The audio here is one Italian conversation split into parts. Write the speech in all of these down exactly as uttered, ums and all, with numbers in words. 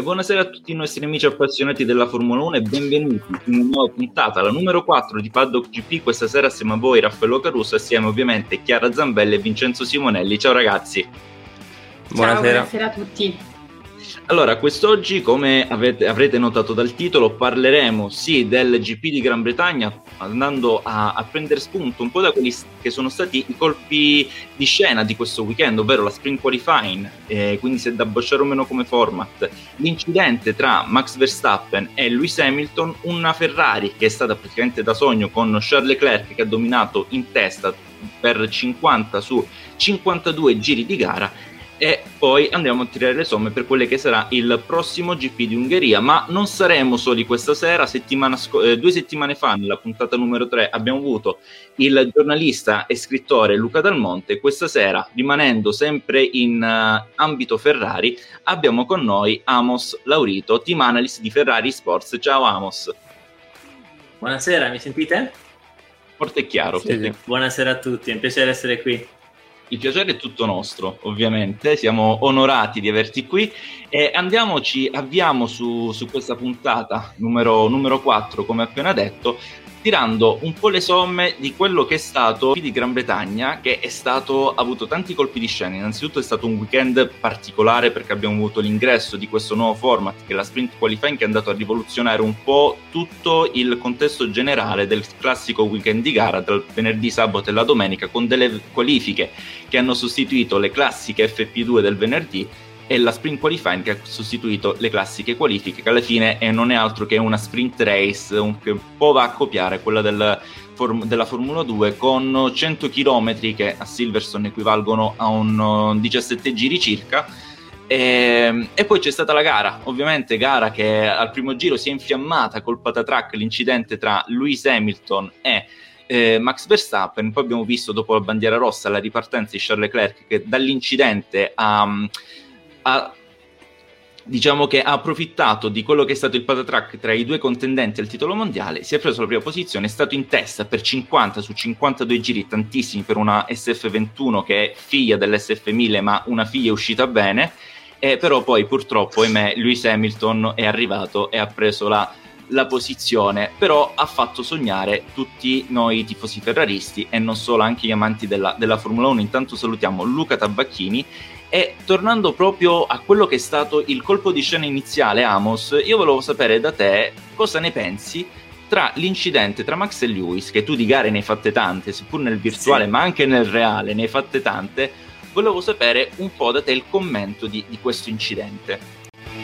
E buonasera a tutti i nostri amici appassionati della Formula uno e benvenuti in una nuova puntata, la numero quattro di Paddock G P. Questa sera assieme a voi Raffaello Caruso, assieme ovviamente Chiara Zambelli e Vincenzo Simonelli. Ciao ragazzi. Buonasera. Ciao, buonasera a tutti. Allora, quest'oggi, come avete, avrete notato dal titolo, parleremo sì del G P di Gran Bretagna, andando a, a prendere spunto un po' da quelli che sono stati i colpi di scena di questo weekend, ovvero la Sprint Qualifying, eh, quindi se da bocciare o meno come format, l'incidente tra Max Verstappen e Lewis Hamilton, una Ferrari che è stata praticamente da sogno con Charles Leclerc che ha dominato in testa per cinquanta su cinquantadue giri di gara. E poi andiamo a tirare le somme per quelle che sarà il prossimo G P di Ungheria, ma non saremo soli questa sera. Settimana sc- eh, due settimane fa, nella puntata numero tre, abbiamo avuto il giornalista e scrittore Luca Dal Monte. Questa sera, rimanendo sempre in uh, ambito Ferrari, abbiamo con noi Amos Laurito, team analyst di Ferrari Sports. Ciao Amos. Buonasera, mi sentite? Forte e chiaro. Sì, sì. Buonasera a tutti, è un piacere essere qui. Il piacere è tutto nostro, ovviamente, siamo onorati di averti qui e andiamoci, avviamo su, su questa puntata numero, numero quattro, come appena detto, tirando un po' le somme di quello che è stato il di Gran Bretagna, che è stato, ha avuto tanti colpi di scena. Innanzitutto è stato un weekend particolare perché abbiamo avuto l'ingresso di questo nuovo format che è la Sprint Qualifying, che è andato a rivoluzionare un po' tutto il contesto generale del classico weekend di gara dal venerdì, sabato e la domenica, con delle qualifiche che hanno sostituito le classiche F P due del venerdì e la Sprint Qualifying che ha sostituito le classiche qualifiche, che alla fine è, non è altro che una sprint race un, che un po' va a copiare quella del, form, della Formula due, con cento chilometri che a Silverstone equivalgono a un uh, diciassette giri circa. E, e poi c'è stata la gara, ovviamente gara che al primo giro si è infiammata col patatrack, l'incidente tra Lewis Hamilton e Eh, Max Verstappen. Poi abbiamo visto dopo la bandiera rossa la ripartenza di Charles Leclerc che dall'incidente ha, ha diciamo che ha approfittato di quello che è stato il patatrack tra i due contendenti al titolo mondiale, si è preso la prima posizione, è stato in testa per cinquanta su cinquantadue giri, tantissimi per una S F ventuno che è figlia dell'S F mille, ma una figlia è uscita bene. Eh, però poi purtroppo, ahimè, Lewis Hamilton è arrivato e ha preso la la posizione, però ha fatto sognare tutti noi tifosi ferraristi e non solo, anche gli amanti della, della Formula uno. Intanto salutiamo Luca Tabacchini e tornando proprio a quello che è stato il colpo di scena iniziale, Amos, io volevo sapere da te cosa ne pensi tra l'incidente tra Max e Lewis, che tu di gare ne hai fatte tante, seppur nel virtuale, sì, ma anche nel reale ne hai fatte tante. Volevo sapere un po' da te il commento di, di questo incidente.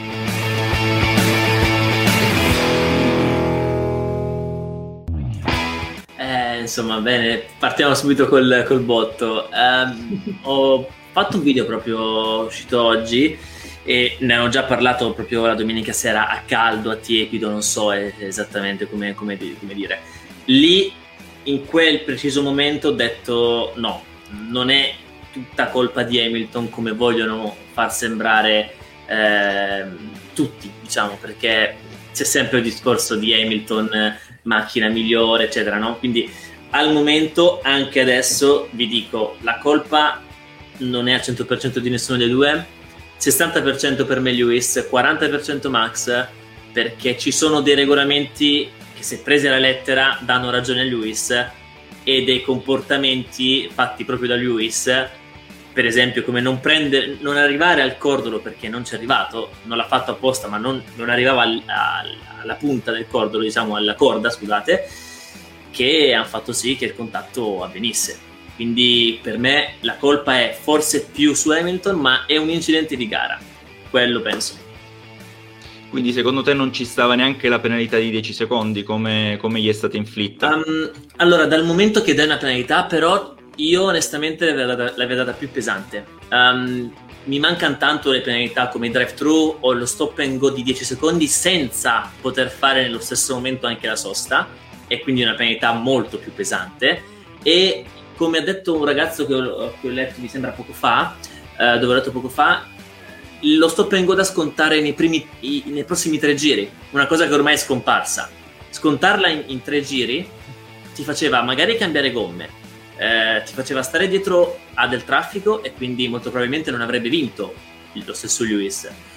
Insomma, bene, partiamo subito col, col botto. Um, ho fatto un video proprio uscito oggi e ne ho già parlato proprio la domenica sera a caldo, a tiepido, non so esattamente come, come, come dire. Lì, in quel preciso momento, ho detto no, non è tutta colpa di Hamilton come vogliono far sembrare eh, tutti, diciamo, perché c'è sempre il discorso di Hamilton, macchina migliore, eccetera, no? Quindi al momento, anche adesso, vi dico, la colpa non è al cento per cento di nessuno dei due, sessanta per cento per me Lewis, quaranta per cento Max, perché ci sono dei regolamenti che, se presi alla lettera, danno ragione a Lewis, e dei comportamenti fatti proprio da Lewis, per esempio come non, prendere, non arrivare al cordolo perché non ci è arrivato, non l'ha fatto apposta, ma non, non arrivava al, al, alla punta del cordolo, diciamo alla corda, scusate, che hanno fatto sì che il contatto avvenisse. Quindi per me la colpa è forse più su Hamilton, ma è un incidente di gara, quello penso. Quindi secondo te non ci stava neanche la penalità di dieci secondi come, come gli è stata inflitta? Um, allora, dal momento che dai una penalità, però io onestamente l'avevo data, l'avevo data più pesante. Um, mi mancano tanto le penalità come i drive-thru o lo stop and go di dieci secondi senza poter fare nello stesso momento anche la sosta, e quindi una penalità molto più pesante. E come ha detto un ragazzo che ho, che ho letto, mi sembra poco fa, eh, dove ho letto poco fa, lo stop and go da scontare nei, primi, i, nei prossimi tre giri, una cosa che ormai è scomparsa. Scontarla in, in tre giri ti faceva magari cambiare gomme, eh, ti faceva stare dietro a del traffico e quindi molto probabilmente non avrebbe vinto lo stesso Lewis.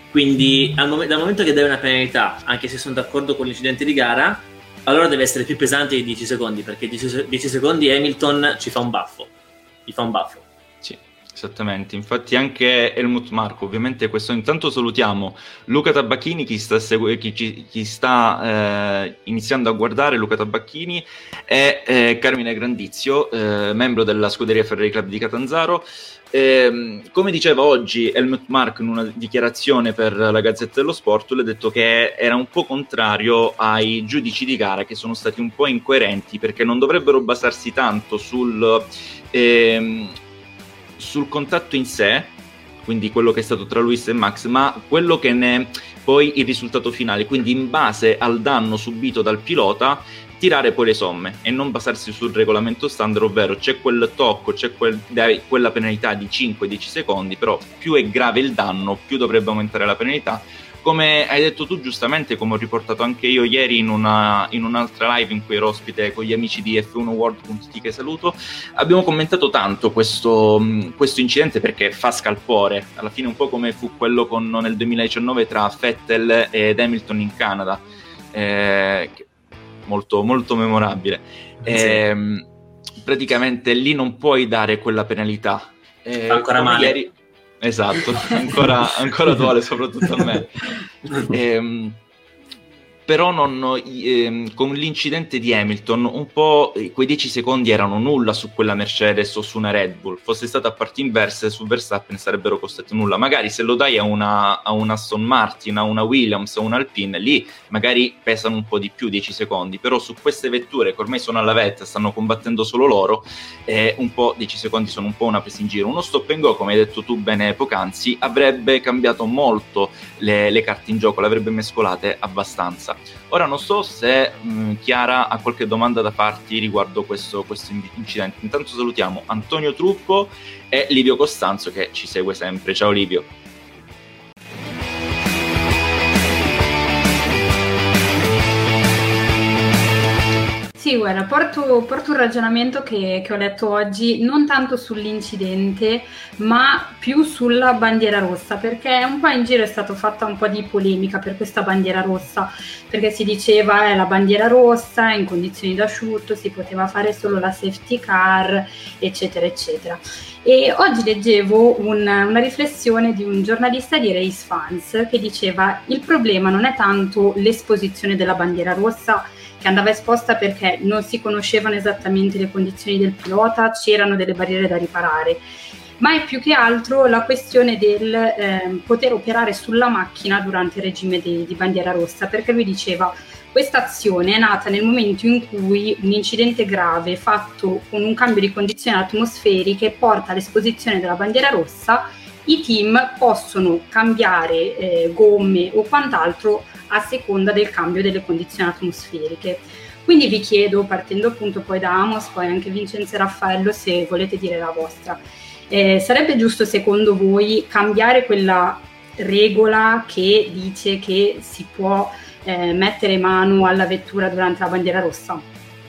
Quindi al mom- dal momento che dai una penalità, anche se sono d'accordo con l'incidente di gara, allora deve essere più pesante di dieci secondi, perché dieci secondi Hamilton ci fa un baffo, gli fa un baffo. Sì, esattamente. Infatti anche Helmut Marko, ovviamente questo, intanto salutiamo Luca Tabacchini, chi sta, segu- chi, chi, chi sta eh, iniziando a guardare, Luca Tabacchini, e eh, Carmine Grandizio, eh, membro della scuderia Ferrari Club di Catanzaro. Eh, come diceva oggi Helmut Marko in una dichiarazione per la Gazzetta dello Sport, lui ha detto che era un po' contrario ai giudici di gara, che sono stati un po' incoerenti, perché non dovrebbero basarsi tanto sul, ehm, sul contatto in sé, quindi quello che è stato tra Lewis e Max, ma quello che ne è poi il risultato finale, quindi in base al danno subito dal pilota tirare poi le somme e non basarsi sul regolamento standard, ovvero c'è quel tocco, c'è quel, dai, quella penalità di cinque dieci secondi, però più è grave il danno, più dovrebbe aumentare la penalità. Come hai detto tu giustamente, come ho riportato anche io ieri in, una, in un'altra live in cui ero ospite con gli amici di F uno World punto it, che saluto, abbiamo commentato tanto questo, questo incidente perché fa scalpore, alla fine un po' come fu quello con, nel duemiladiciannove tra Vettel ed Hamilton in Canada, eh, molto, molto memorabile. Sì. E, praticamente lì non puoi dare quella penalità. E, ancora male. Ieri, esatto, ancora, ancora duole soprattutto a me. E, però non, eh, con l'incidente di Hamilton un po' quei dieci secondi erano nulla su quella Mercedes o su una Red Bull. Fosse stata a parti inverse su Verstappen sarebbero costati nulla. Magari se lo dai a una, a una Aston Martin, a una Williams, a un Alpine, lì magari pesano un po' di più dieci secondi, però su queste vetture che ormai sono alla vetta, stanno combattendo solo loro, eh, un po' dieci secondi sono un po' una presa in giro. Uno stop and go, come hai detto tu bene poc'anzi, avrebbe cambiato molto le, le carte in gioco, le avrebbe mescolate abbastanza. Ora non so se mh, Chiara ha qualche domanda da farti riguardo questo, questo incidente. Intanto salutiamo Antonio Truppo e Livio Costanzo che ci segue sempre. Ciao Livio. Sì, guarda, porto, porto un ragionamento che, che ho letto oggi, non tanto sull'incidente, ma più sulla bandiera rossa, perché un po' in giro è stata fatta un po' di polemica per questa bandiera rossa, perché si diceva eh, la bandiera rossa in condizioni d'asciutto, si poteva fare solo la safety car, eccetera, eccetera. E oggi leggevo un, una riflessione di un giornalista di Race Fans che diceva: il problema non è tanto l'esposizione della bandiera rossa, che andava esposta perché non si conoscevano esattamente le condizioni del pilota, c'erano delle barriere da riparare, ma è più che altro la questione del eh, poter operare sulla macchina durante il regime di, di bandiera rossa, perché lui diceva: questa azione è nata nel momento in cui un incidente grave fatto con un cambio di condizioni atmosferiche porta all'esposizione della bandiera rossa, i team possono cambiare eh, gomme o quant'altro a seconda del cambio delle condizioni atmosferiche. Quindi vi chiedo, partendo appunto poi da Amos, poi anche Vincenzo e Raffaello, se volete dire la vostra, eh, sarebbe giusto secondo voi cambiare quella regola che dice che si può eh, mettere mano alla vettura durante la bandiera rossa?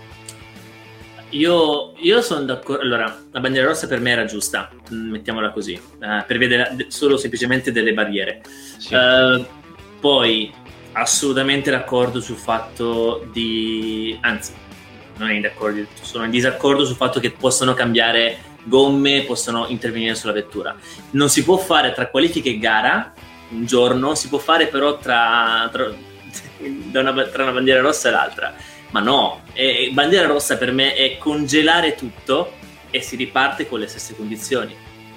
Io, io sono d'accordo. Allora, la bandiera rossa per me era giusta, mettiamola così, eh, per vedere solo semplicemente delle barriere. Sì. Uh, poi assolutamente d'accordo sul fatto di, anzi, non è in d'accordo, sono in disaccordo sul fatto che possono cambiare gomme, possono intervenire sulla vettura. Non si può fare tra qualifiche e gara un giorno, si può fare però tra, tra, da una, tra una bandiera rossa e l'altra. Ma no, eh, bandiera rossa per me è congelare tutto e si riparte con le stesse condizioni.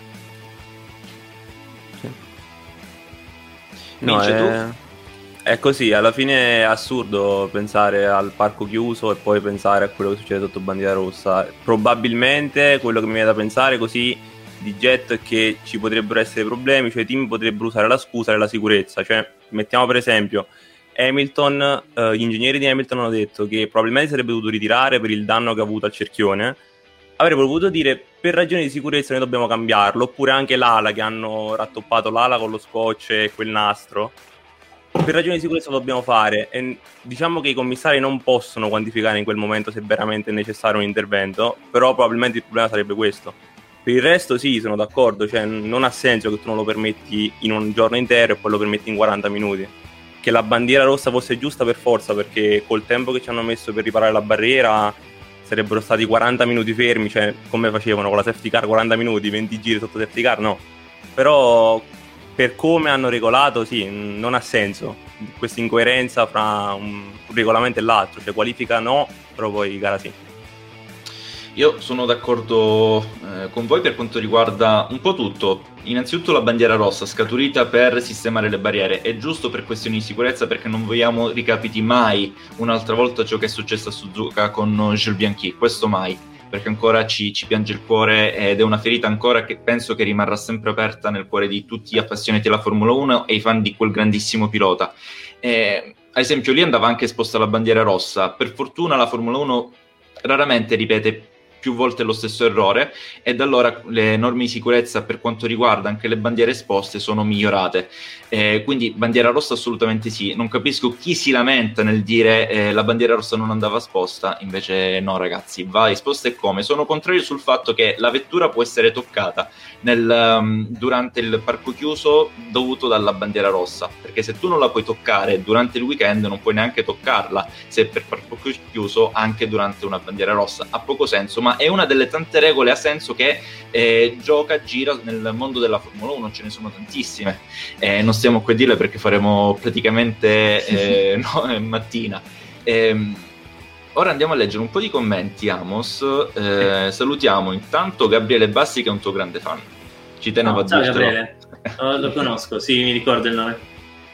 No, è, è così, alla fine è assurdo pensare al parco chiuso e poi pensare a quello che succede sotto bandiera rossa. Probabilmente quello che mi viene da pensare così di getto è che ci potrebbero essere problemi, cioè i team potrebbero usare la scusa della sicurezza. Cioè, mettiamo per esempio Hamilton, eh, gli ingegneri di Hamilton hanno detto che probabilmente sarebbe dovuto ritirare per il danno che ha avuto al cerchione. Avrebbero potuto dire per ragioni di sicurezza noi dobbiamo cambiarlo, oppure anche l'ala, che hanno rattoppato l'ala con lo scotch e quel nastro, per ragioni di sicurezza lo dobbiamo fare. E diciamo che i commissari non possono quantificare in quel momento se veramente è necessario un intervento, però probabilmente il problema sarebbe questo. Per il resto sì, sono d'accordo, cioè non ha senso che tu non lo permetti in un giorno intero e poi lo permetti in quaranta minuti. Che la bandiera rossa fosse giusta per forza, perché col tempo che ci hanno messo per riparare la barriera sarebbero stati quaranta minuti fermi, cioè come facevano con la safety car quaranta minuti, venti giri sotto safety car, no. Però per come hanno regolato sì, non ha senso questa incoerenza fra un regolamento e l'altro, cioè qualifica no, però poi gara sì. Io sono d'accordo eh, con voi per quanto riguarda un po' tutto. Innanzitutto la bandiera rossa scaturita per sistemare le barriere, è giusto per questioni di sicurezza, perché non vogliamo ricapiti mai un'altra volta ciò che è successo a Suzuka con Jules Bianchi, questo mai, perché ancora ci, ci piange il cuore ed è una ferita ancora che penso che rimarrà sempre aperta nel cuore di tutti gli appassionati della Formula uno e i fan di quel grandissimo pilota. Eh, ad esempio lì andava anche esposta la bandiera rossa, per fortuna la Formula uno raramente ripete più volte lo stesso errore, e da allora le norme di sicurezza per quanto riguarda anche le bandiere esposte sono migliorate. Eh, quindi bandiera rossa assolutamente sì. Non capisco chi si lamenta nel dire eh, la bandiera rossa non andava esposta, invece no ragazzi, va esposta. E come? Sono contrario sul fatto che la vettura può essere toccata nel, um, durante il parco chiuso dovuto dalla bandiera rossa, perché se tu non la puoi toccare durante il weekend non puoi neanche toccarla se per parco chiuso anche durante una bandiera rossa. Ha poco senso, ma è una delle tante regole a senso che eh, gioca, gira nel mondo della Formula uno, ce ne sono tantissime, eh, non stiamo qui a dirle perché faremo praticamente eh, no, mattina. Eh, ora andiamo a leggere un po' di commenti, Amos. Eh, salutiamo intanto Gabriele Bassi, che è un tuo grande fan, ci tenevo no, a ciao dirtelo. Gabriele, oh, lo conosco, sì, mi ricordo il nome.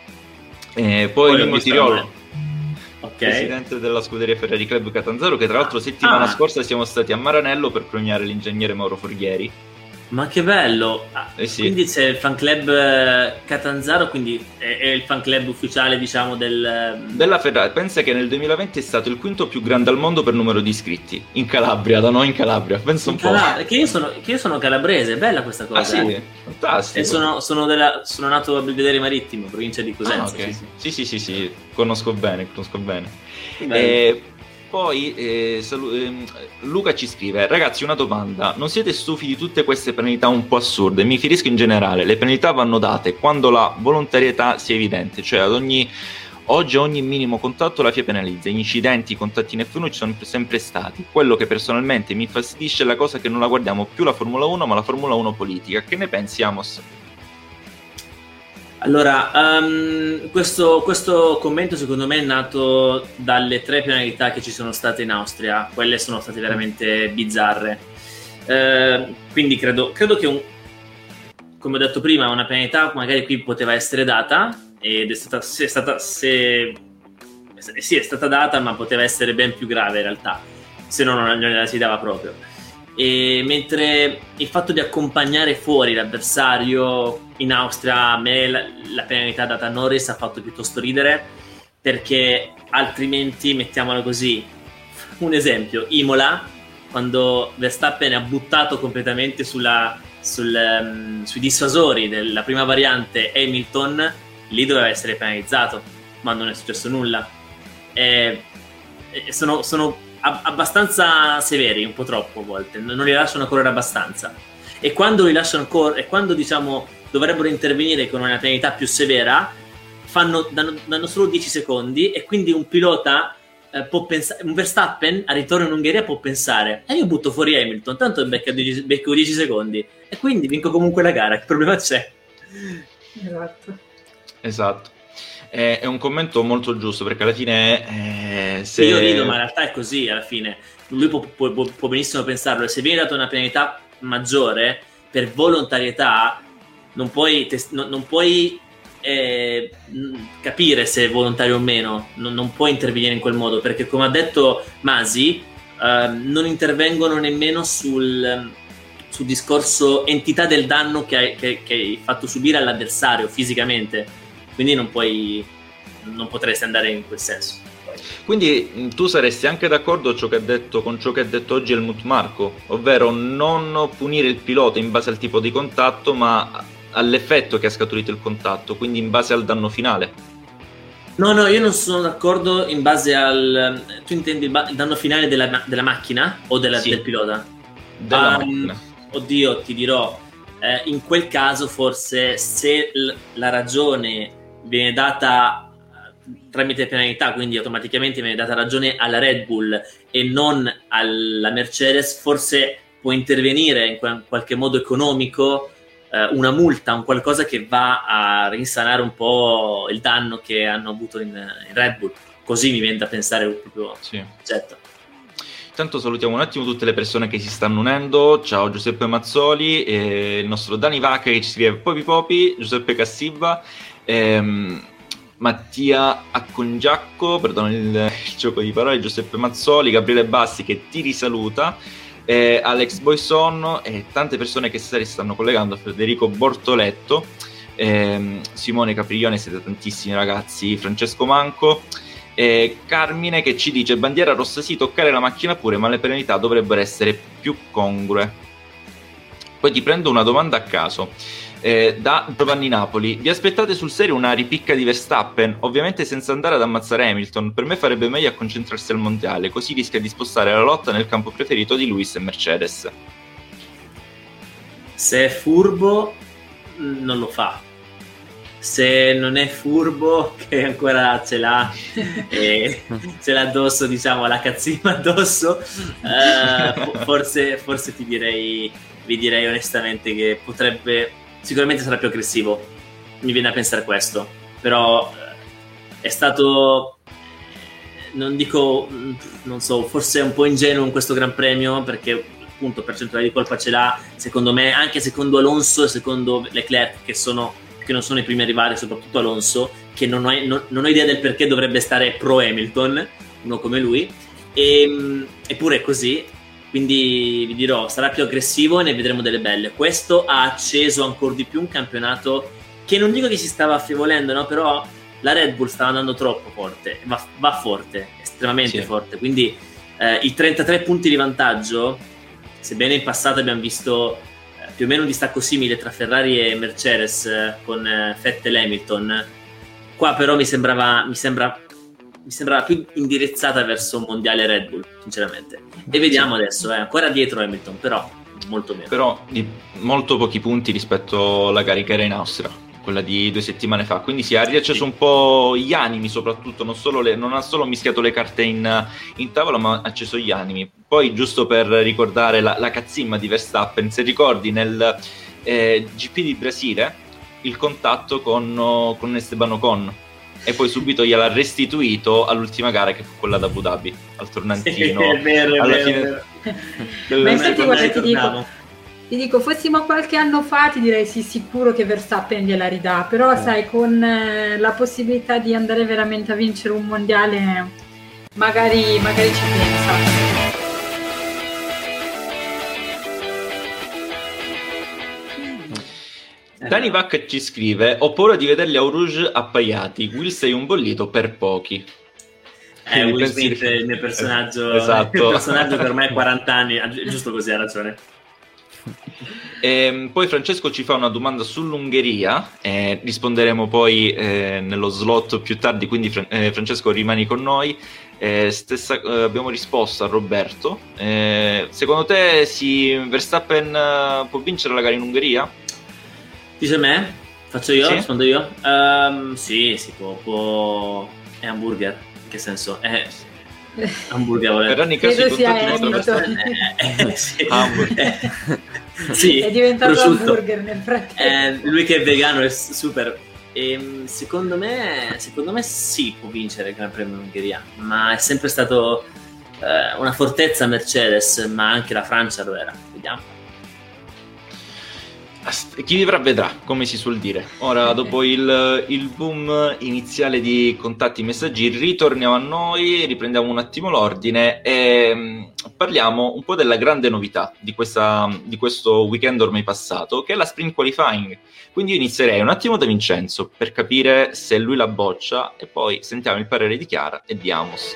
Eh, poi Mimmo Tiriolo, okay. presidente della scuderia Ferrari Club Catanzaro, che tra l'altro settimana ah. scorsa siamo stati a Maranello per premiare l'ingegnere Mauro Forghieri. Ma che bello! Ah, eh sì. Quindi c'è il fan club Catanzaro, quindi è, è il fan club ufficiale, diciamo, del... della Ferrari. Pensa che nel duemilaventi è stato il quinto più grande al mondo per numero di iscritti, in Calabria, da noi in Calabria, pensa un in po'. Calab- che, io sono, che io sono calabrese, bella questa cosa. Ah sì? Eh? Fantastico. E sono, sono, della, sono nato a Belvedere Marittimo, provincia di Cosenza. Ah, okay. sì, sì. Sì, sì, sì, sì, conosco bene, conosco bene. Eh, poi eh, salu- eh, Luca ci scrive: ragazzi, una domanda, non siete stufi di tutte queste penalità un po' assurde? Mi riferisco in generale, le penalità vanno date quando la volontarietà sia evidente, cioè ad ogni oggi ogni minimo contatto la F I A penalizza, gli incidenti, i contatti in F uno ci sono sempre stati. Quello che personalmente mi infastidisce è la cosa che non la guardiamo più la Formula uno, ma la Formula uno politica. Che ne pensi, Amos? Allora, um, questo, questo commento secondo me è nato dalle tre penalità che ci sono state in Austria. Quelle sono state veramente bizzarre. Uh, quindi credo, credo che, un, come ho detto prima, una penalità magari qui poteva essere data, ed è stata, se, è stata se, sì, è stata data, ma poteva essere ben più grave in realtà, se no non, non la si dava proprio. E mentre il fatto di accompagnare fuori l'avversario in Austria, a me la, la penalità data a Norris ha fatto piuttosto ridere, perché altrimenti, mettiamolo così, un esempio, Imola, quando Verstappen ha buttato completamente sulla, sul, um, sui dissuasori della prima variante Hamilton, lì doveva essere penalizzato, ma non è successo nulla. E, e sono... sono abbastanza severi, un po' troppo a volte, non li lasciano correre abbastanza, e quando li lasciano correre, e quando diciamo dovrebbero intervenire con una penalità più severa, fanno, danno, danno solo dieci secondi, e quindi un pilota eh, può pensare, un Verstappen a ritorno in Ungheria può pensare e eh, io butto fuori Hamilton, tanto becco dieci, becco dieci secondi e quindi vinco comunque la gara, che problema c'è? Esatto esatto è un commento molto giusto, perché alla fine eh, se... io rido, ma in realtà è così. Alla fine lui può, può, può benissimo pensarlo, e se viene data una penalità maggiore per volontarietà non puoi, test- non, non puoi eh, capire se è volontario o meno, non, non puoi intervenire in quel modo, perché come ha detto Masi eh, non intervengono nemmeno sul, sul discorso entità del danno che hai, che, che hai fatto subire all'avversario fisicamente. Quindi non puoi, non potresti andare in quel senso. Quindi tu saresti anche d'accordo ciò che ha detto, con ciò che ha detto oggi Helmut Marko, ovvero non punire il pilota in base al tipo di contatto, ma all'effetto che ha scaturito il contatto, quindi in base al danno finale? No, no, io non sono d'accordo in base al... Tu intendi il, ba- il danno finale della, della macchina o della, sì, del pilota? Della um, macchina. oddio, ti dirò, eh, in quel caso forse se l- la ragione viene data tramite penalità, quindi automaticamente viene data ragione alla Red Bull e non alla Mercedes, forse può intervenire in quel- qualche modo economico, eh, una multa, un qualcosa che va a rinsanare un po' il danno che hanno avuto in, in Red Bull. Così mi viene da pensare proprio. Sì. Certo. Intanto salutiamo un attimo tutte le persone che si stanno unendo. Ciao Giuseppe Mazzoli, eh, il nostro Dani Vacca che ci scrive Popi Popi, Giuseppe Cassibba, ehm, Mattia Accongiacco, perdono il, il gioco di parole, Giuseppe Mazzoli, Gabriele Bassi che ti risaluta, eh, Alex Boisson e tante persone che si stanno collegando, Federico Bortoletto, ehm, Simone Capriglione, siete tantissimi ragazzi, Francesco Manco, eh, Carmine che ci dice bandiera rossa sì, toccare la macchina pure, ma le penalità dovrebbero essere più congrue. Poi ti prendo una domanda a caso. Eh, da Giovanni Napoli, vi aspettate sul serio una ripicca di Verstappen? Ovviamente senza andare ad ammazzare Hamilton, per me farebbe meglio a concentrarsi al mondiale, così rischia di spostare la lotta nel campo preferito di Lewis e Mercedes. Se è furbo non lo fa, se non è furbo che ancora ce l'ha e ce l'ha addosso, diciamo la cazzina addosso, eh, forse, forse ti direi vi direi onestamente che potrebbe, sicuramente sarà più aggressivo, mi viene a pensare questo, però è stato, non dico, non so, forse un po' ingenuo in questo Gran Premio, perché appunto percentuale di colpa ce l'ha, secondo me, anche secondo Alonso e secondo Leclerc, che sono che non sono i primi a arrivare, soprattutto Alonso, che non ho, non, non ho idea del perché dovrebbe stare pro Hamilton, uno come lui, e, eppure è così. Quindi vi dirò, sarà più aggressivo e ne vedremo delle belle. Questo ha acceso ancora di più un campionato che non dico che si stava affievolendo, no? Però la Red Bull stava andando troppo forte, va, va forte, estremamente sì. forte. Quindi eh, i trentatré punti di vantaggio, sebbene in passato abbiamo visto eh, più o meno un distacco simile tra Ferrari e Mercedes eh, con eh, Vettel e Hamilton, qua però mi sembrava, mi sembra... mi sembrava più indirizzata verso un mondiale Red Bull, sinceramente. E vediamo sì. adesso, è eh, ancora dietro Hamilton, però molto meno. Però di molto pochi punti rispetto alla gara che era in Austria, quella di due settimane fa. Quindi si sì, ha riacceso sì. un po' gli animi, soprattutto, non, solo le, non ha solo mischiato le carte in, in tavola, ma ha acceso gli animi. Poi, giusto per ricordare la, la cazzimma di Verstappen, se ricordi nel eh, G P di Brasile, il contatto con, con Esteban Ocon, e poi subito gliel'ha restituito all'ultima gara, che fu quella da Abu Dhabi, al tornantino. Sì, è vero, è alla vero, fine è vero. Del... Ma infatti guarda, ti dico, ti dico, fossimo qualche anno fa ti direi sì, sicuro che Verstappen gliela ridà, però eh. sai, con eh, la possibilità di andare veramente a vincere un mondiale, magari, magari ci pensa. Dani Vacca ci scrive: ho paura di vederli a Rouge appaiati. Will sei un bollito per pochi. Eh, Will Smith è il mio personaggio, esatto. Il mio personaggio per me è quaranta anni, è giusto così, ha ragione. E poi Francesco ci fa una domanda sull'Ungheria, eh, risponderemo poi eh, nello slot più tardi, quindi eh, Francesco rimani con noi. Eh, stessa, eh, abbiamo risposto a Roberto. Eh, secondo te si, Verstappen uh, può vincere la gara in Ungheria? Dice me? Faccio io? Sì? Rispondo io? Um, sì, si può, può... È hamburger, in che senso? È hamburger, volete. Per anni casi contatti eh, sì. hamburger. Sì, è diventato prosciutto. Hamburger nel frattempo. Eh, lui che è vegano è super. E, secondo me, secondo me sì, può vincere il Gran Premio in Ungheria, ma è sempre stato eh, una fortezza Mercedes, ma anche la Francia lo era. Vediamo. Chi vivrà vedrà, come si suol dire. Ora, dopo il, il boom iniziale di contatti e messaggi, ritorniamo a noi, riprendiamo un attimo l'ordine e mh, parliamo un po' della grande novità di, questa, di questo weekend ormai passato, che è la sprint qualifying. Quindi io inizierei un attimo da Vincenzo per capire se lui la boccia e poi sentiamo il parere di Chiara e di Amos.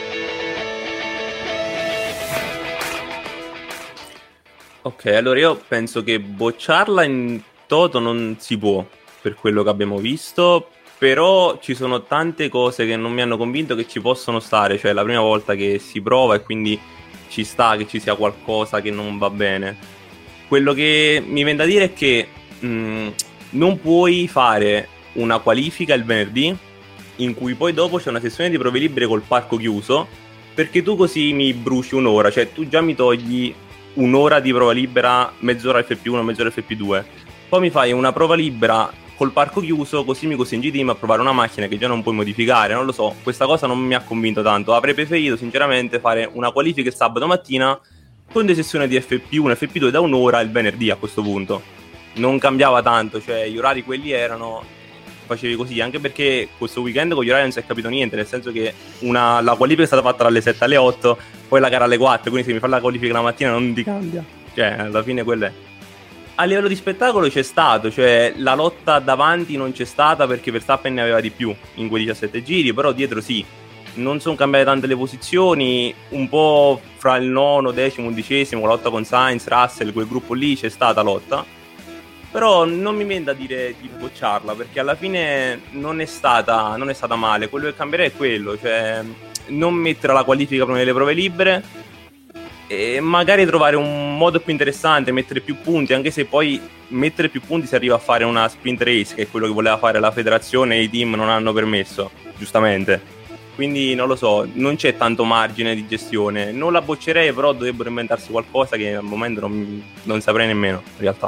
Ok, allora io penso che bocciarla in toto non si può, per quello che abbiamo visto, però ci sono tante cose che non mi hanno convinto che ci possono stare, cioè è la prima volta che si prova e quindi ci sta che ci sia qualcosa che non va bene. quello che mi viene da dire è che mh, non puoi fare una qualifica il venerdì in cui poi dopo c'è una sessione di prove libere col parco chiuso, perché tu così mi bruci un'ora, cioè tu già mi togli un'ora di prova libera, mezz'ora F P uno, mezz'ora F P due, poi mi fai una prova libera col parco chiuso, così mi costringi team a provare una macchina che già non puoi modificare, non lo so, questa cosa non mi ha convinto tanto. Avrei preferito sinceramente fare una qualifica il sabato mattina con due sessioni di F P uno, F P due da un'ora il venerdì. A questo punto non cambiava tanto, cioè gli orari quelli erano, facevi così, anche perché questo weekend con gli orari non si è capito niente, nel senso che una, la qualifica è stata fatta dalle sette alle otto, poi la gara alle quattro, quindi se mi fa la qualifica la mattina non ti cambia, cioè alla fine quello è. A livello di spettacolo c'è stato, cioè la lotta davanti non c'è stata perché Verstappen ne aveva di più in quei diciassette giri, però dietro sì, non sono cambiate tante le posizioni, un po' fra il nono, decimo, undicesimo, la lotta con Sainz, Russell, quel gruppo lì c'è stata lotta, però non mi viene da dire di bocciarla perché alla fine non è stata, non è stata male. Quello che cambierei è quello, cioè non mettere la qualifica prima delle prove libere e magari trovare un modo più interessante, mettere più punti, anche se poi mettere più punti si arriva a fare una sprint race, che è quello che voleva fare la federazione e i team non hanno permesso, giustamente. Quindi non lo so, non c'è tanto margine di gestione. Non la boccerei, però dovrebbero inventarsi qualcosa che al momento non, non saprei nemmeno in realtà.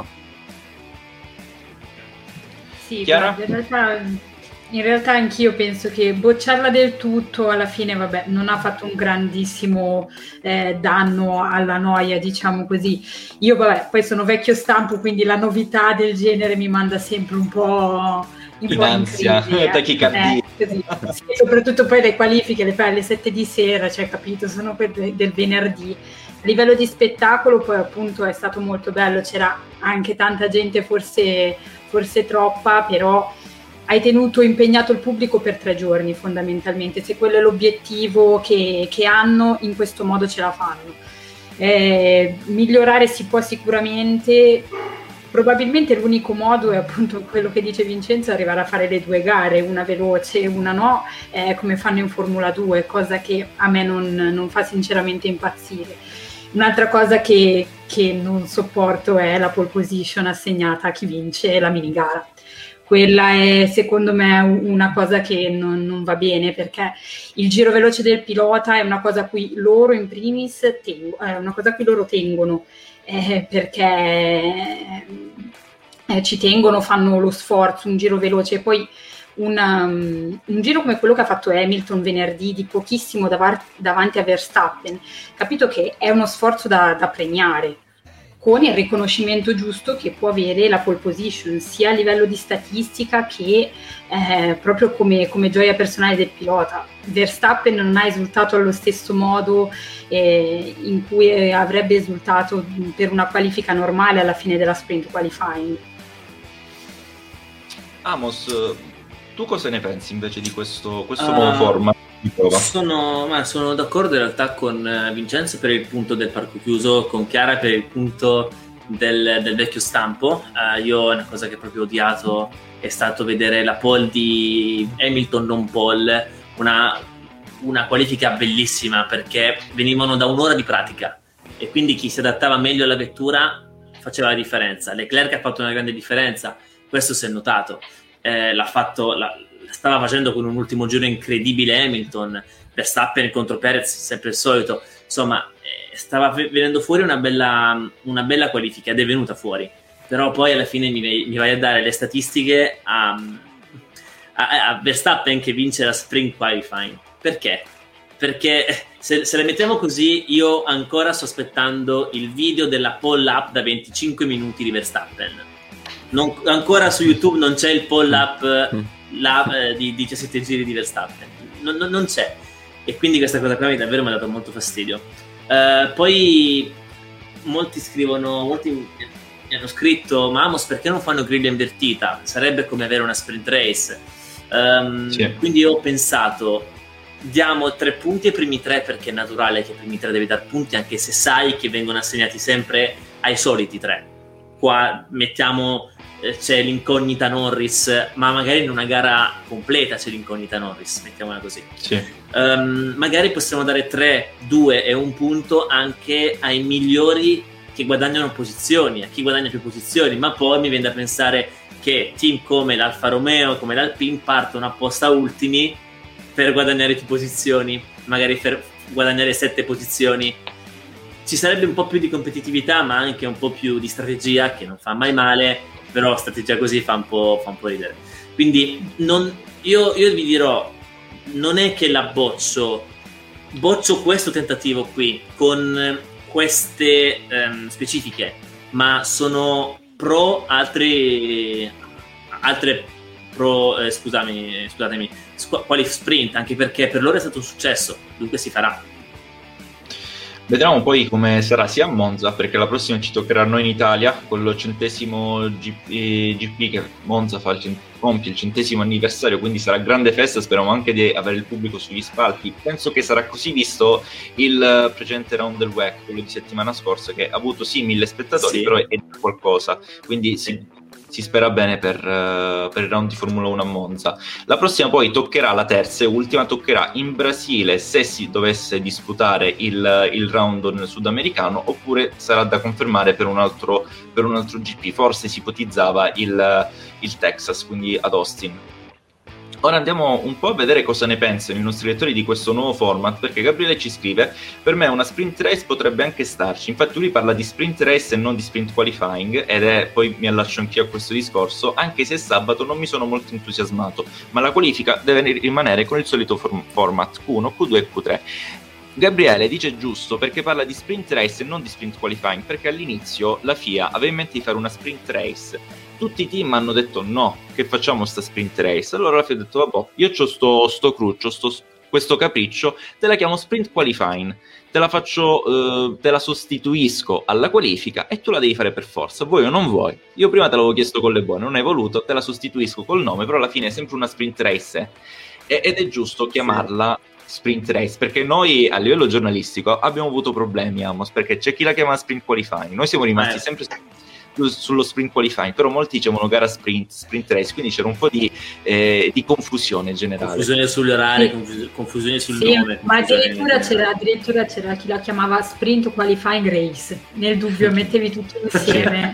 Sì, guarda, in realtà, in realtà anch'io penso che bocciarla del tutto alla fine, vabbè, non ha fatto un grandissimo eh, danno alla noia, diciamo così. Io, vabbè, poi sono vecchio stampo, quindi la novità del genere mi manda sempre un po' in, in ansia, eh. tachicardia. Eh, così. Sì, soprattutto poi le qualifiche le fai alle sette di sera, cioè, capito, sono quelle del venerdì. A livello di spettacolo poi appunto è stato molto bello, c'era anche tanta gente, forse, forse troppa, però hai tenuto impegnato il pubblico per tre giorni fondamentalmente. Se quello è l'obiettivo che, che hanno, in questo modo ce la fanno. Eh, migliorare si può sicuramente, probabilmente l'unico modo è appunto quello che dice Vincenzo, arrivare a fare le due gare, una veloce e una no, eh, come fanno in Formula due, cosa che a me non, non fa sinceramente impazzire. Un'altra cosa che, che non sopporto è la pole position assegnata a chi vince la minigara. Quella è secondo me una cosa che non, non va bene, perché il giro veloce del pilota è una cosa a cui loro in primis tengo, è una cosa a cui loro tengono, eh, perché eh, ci tengono, fanno lo sforzo, un giro veloce. Poi una, um, un giro come quello che ha fatto Hamilton venerdì, di pochissimo davar- davanti a Verstappen, capito che è uno sforzo da, da premiare, con il riconoscimento giusto che può avere la pole position, sia a livello di statistica che eh, proprio come, come gioia personale del pilota. Verstappen non ha esultato allo stesso modo eh, in cui avrebbe esultato per una qualifica normale alla fine della sprint qualifying. Amos, tu cosa ne pensi invece di questo, questo uh, nuovo format di prova? Sono, ma sono d'accordo in realtà con Vincenzo per il punto del parco chiuso, con Chiara per il punto del, del vecchio stampo. Uh, io una cosa che ho proprio odiato è stato vedere la pole di Hamilton non pole, una, una qualifica bellissima perché venivano da un'ora di pratica e quindi chi si adattava meglio alla vettura faceva la differenza. Leclerc ha fatto una grande differenza, questo si è notato. Eh, l'ha fatto, la, stava facendo con un ultimo giro incredibile Hamilton, Verstappen contro Perez sempre il solito, insomma eh, stava venendo fuori una bella, una bella qualifica ed è venuta fuori, però poi alla fine mi, mi vai a dare le statistiche a, a, a Verstappen che vince la sprint qualifying. Perché? Perché se, se le mettiamo così, io ancora sto aspettando il video della pull up da venticinque minuti di Verstappen. Non, ancora su YouTube non c'è il pull up la, eh, di diciassette giri di Verstappen, non, non, non c'è, e quindi questa cosa qua mi davvero mi ha dato molto fastidio. Uh, poi molti scrivono, molti mi hanno scritto: ma Amos, perché non fanno griglia invertita? Sarebbe come avere una sprint race. Um, sì. Quindi ho pensato: diamo tre punti ai primi tre, perché è naturale che ai primi tre devi dar punti, anche se sai che vengono assegnati sempre ai soliti tre. Qua mettiamo, eh, c'è l'incognita Norris, ma magari in una gara completa c'è l'incognita Norris, mettiamola così. Sì. Um, magari possiamo dare tre, due e un punto anche ai migliori che guadagnano posizioni, a chi guadagna più posizioni, ma poi mi viene da pensare che team come l'Alfa Romeo, come l'Alpine partono apposta ultimi per guadagnare più posizioni, magari per guadagnare sette posizioni. Ci sarebbe un po' più di competitività, ma anche un po' più di strategia, che non fa mai male, però strategia così fa un po', fa un po' ridere. Quindi non, io, io vi dirò, non è che la boccio, boccio questo tentativo qui con queste um, specifiche, ma sono pro altri, altre pro, eh, scusami, scusatemi, squ- quali sprint, anche perché per loro è stato un successo, dunque si farà. Vedremo poi come sarà sia a Monza, perché la prossima ci toccherà a noi in Italia, con lo centesimo G P, G P che Monza fa il cent- compie il centesimo anniversario, quindi sarà grande festa, speriamo anche di avere il pubblico sugli spalti. Penso che sarà così, visto il precedente round del W E C, quello di settimana scorsa, che ha avuto sì mille spettatori, sì, però è qualcosa, quindi sì, si spera bene per, uh, per il round di Formula uno a Monza. La prossima poi toccherà, la terza e ultima, toccherà in Brasile, se si dovesse disputare il, il round sudamericano, oppure sarà da confermare per un altro, per un altro G P. Forse si ipotizzava il, il Texas, quindi ad Austin. Ora andiamo un po' a vedere cosa ne pensano i nostri lettori di questo nuovo format, perché Gabriele ci scrive: per me una sprint race potrebbe anche starci. Infatti lui parla di sprint race e non di sprint qualifying, ed è, poi mi allaccio anch'io a questo discorso, anche se sabato non mi sono molto entusiasmato, ma la qualifica deve rimanere con il solito form- format Q uno, Q due e Q tre. Gabriele dice giusto, perché parla di sprint race e non di sprint qualifying, perché all'inizio la F I A aveva in mente di fare una sprint race. Tutti i team hanno detto no, che facciamo sta sprint race. Allora la F I A ha detto vabbè, io c'ho sto, sto cruccio, sto, questo capriccio, te la chiamo sprint qualifying, te la faccio, eh, te la sostituisco alla qualifica e tu la devi fare per forza, vuoi o non vuoi. Io prima te l'avevo chiesto con le buone, non hai voluto, te la sostituisco col nome, però alla fine è sempre una sprint race, eh? Ed è giusto chiamarla sprint race, perché noi a livello giornalistico abbiamo avuto problemi, Amos, perché c'è chi la chiama sprint qualifying, noi siamo rimasti eh. sempre sullo sprint qualifying, però molti dicevano gara sprint, sprint race, quindi c'era un po' di, eh, di confusione generale. Confusione sugli orari, sì. confus- confusione sul sì, nome. Ma addirittura c'era, addirittura c'era chi la chiamava sprint qualifying race, nel dubbio mettevi tutto insieme.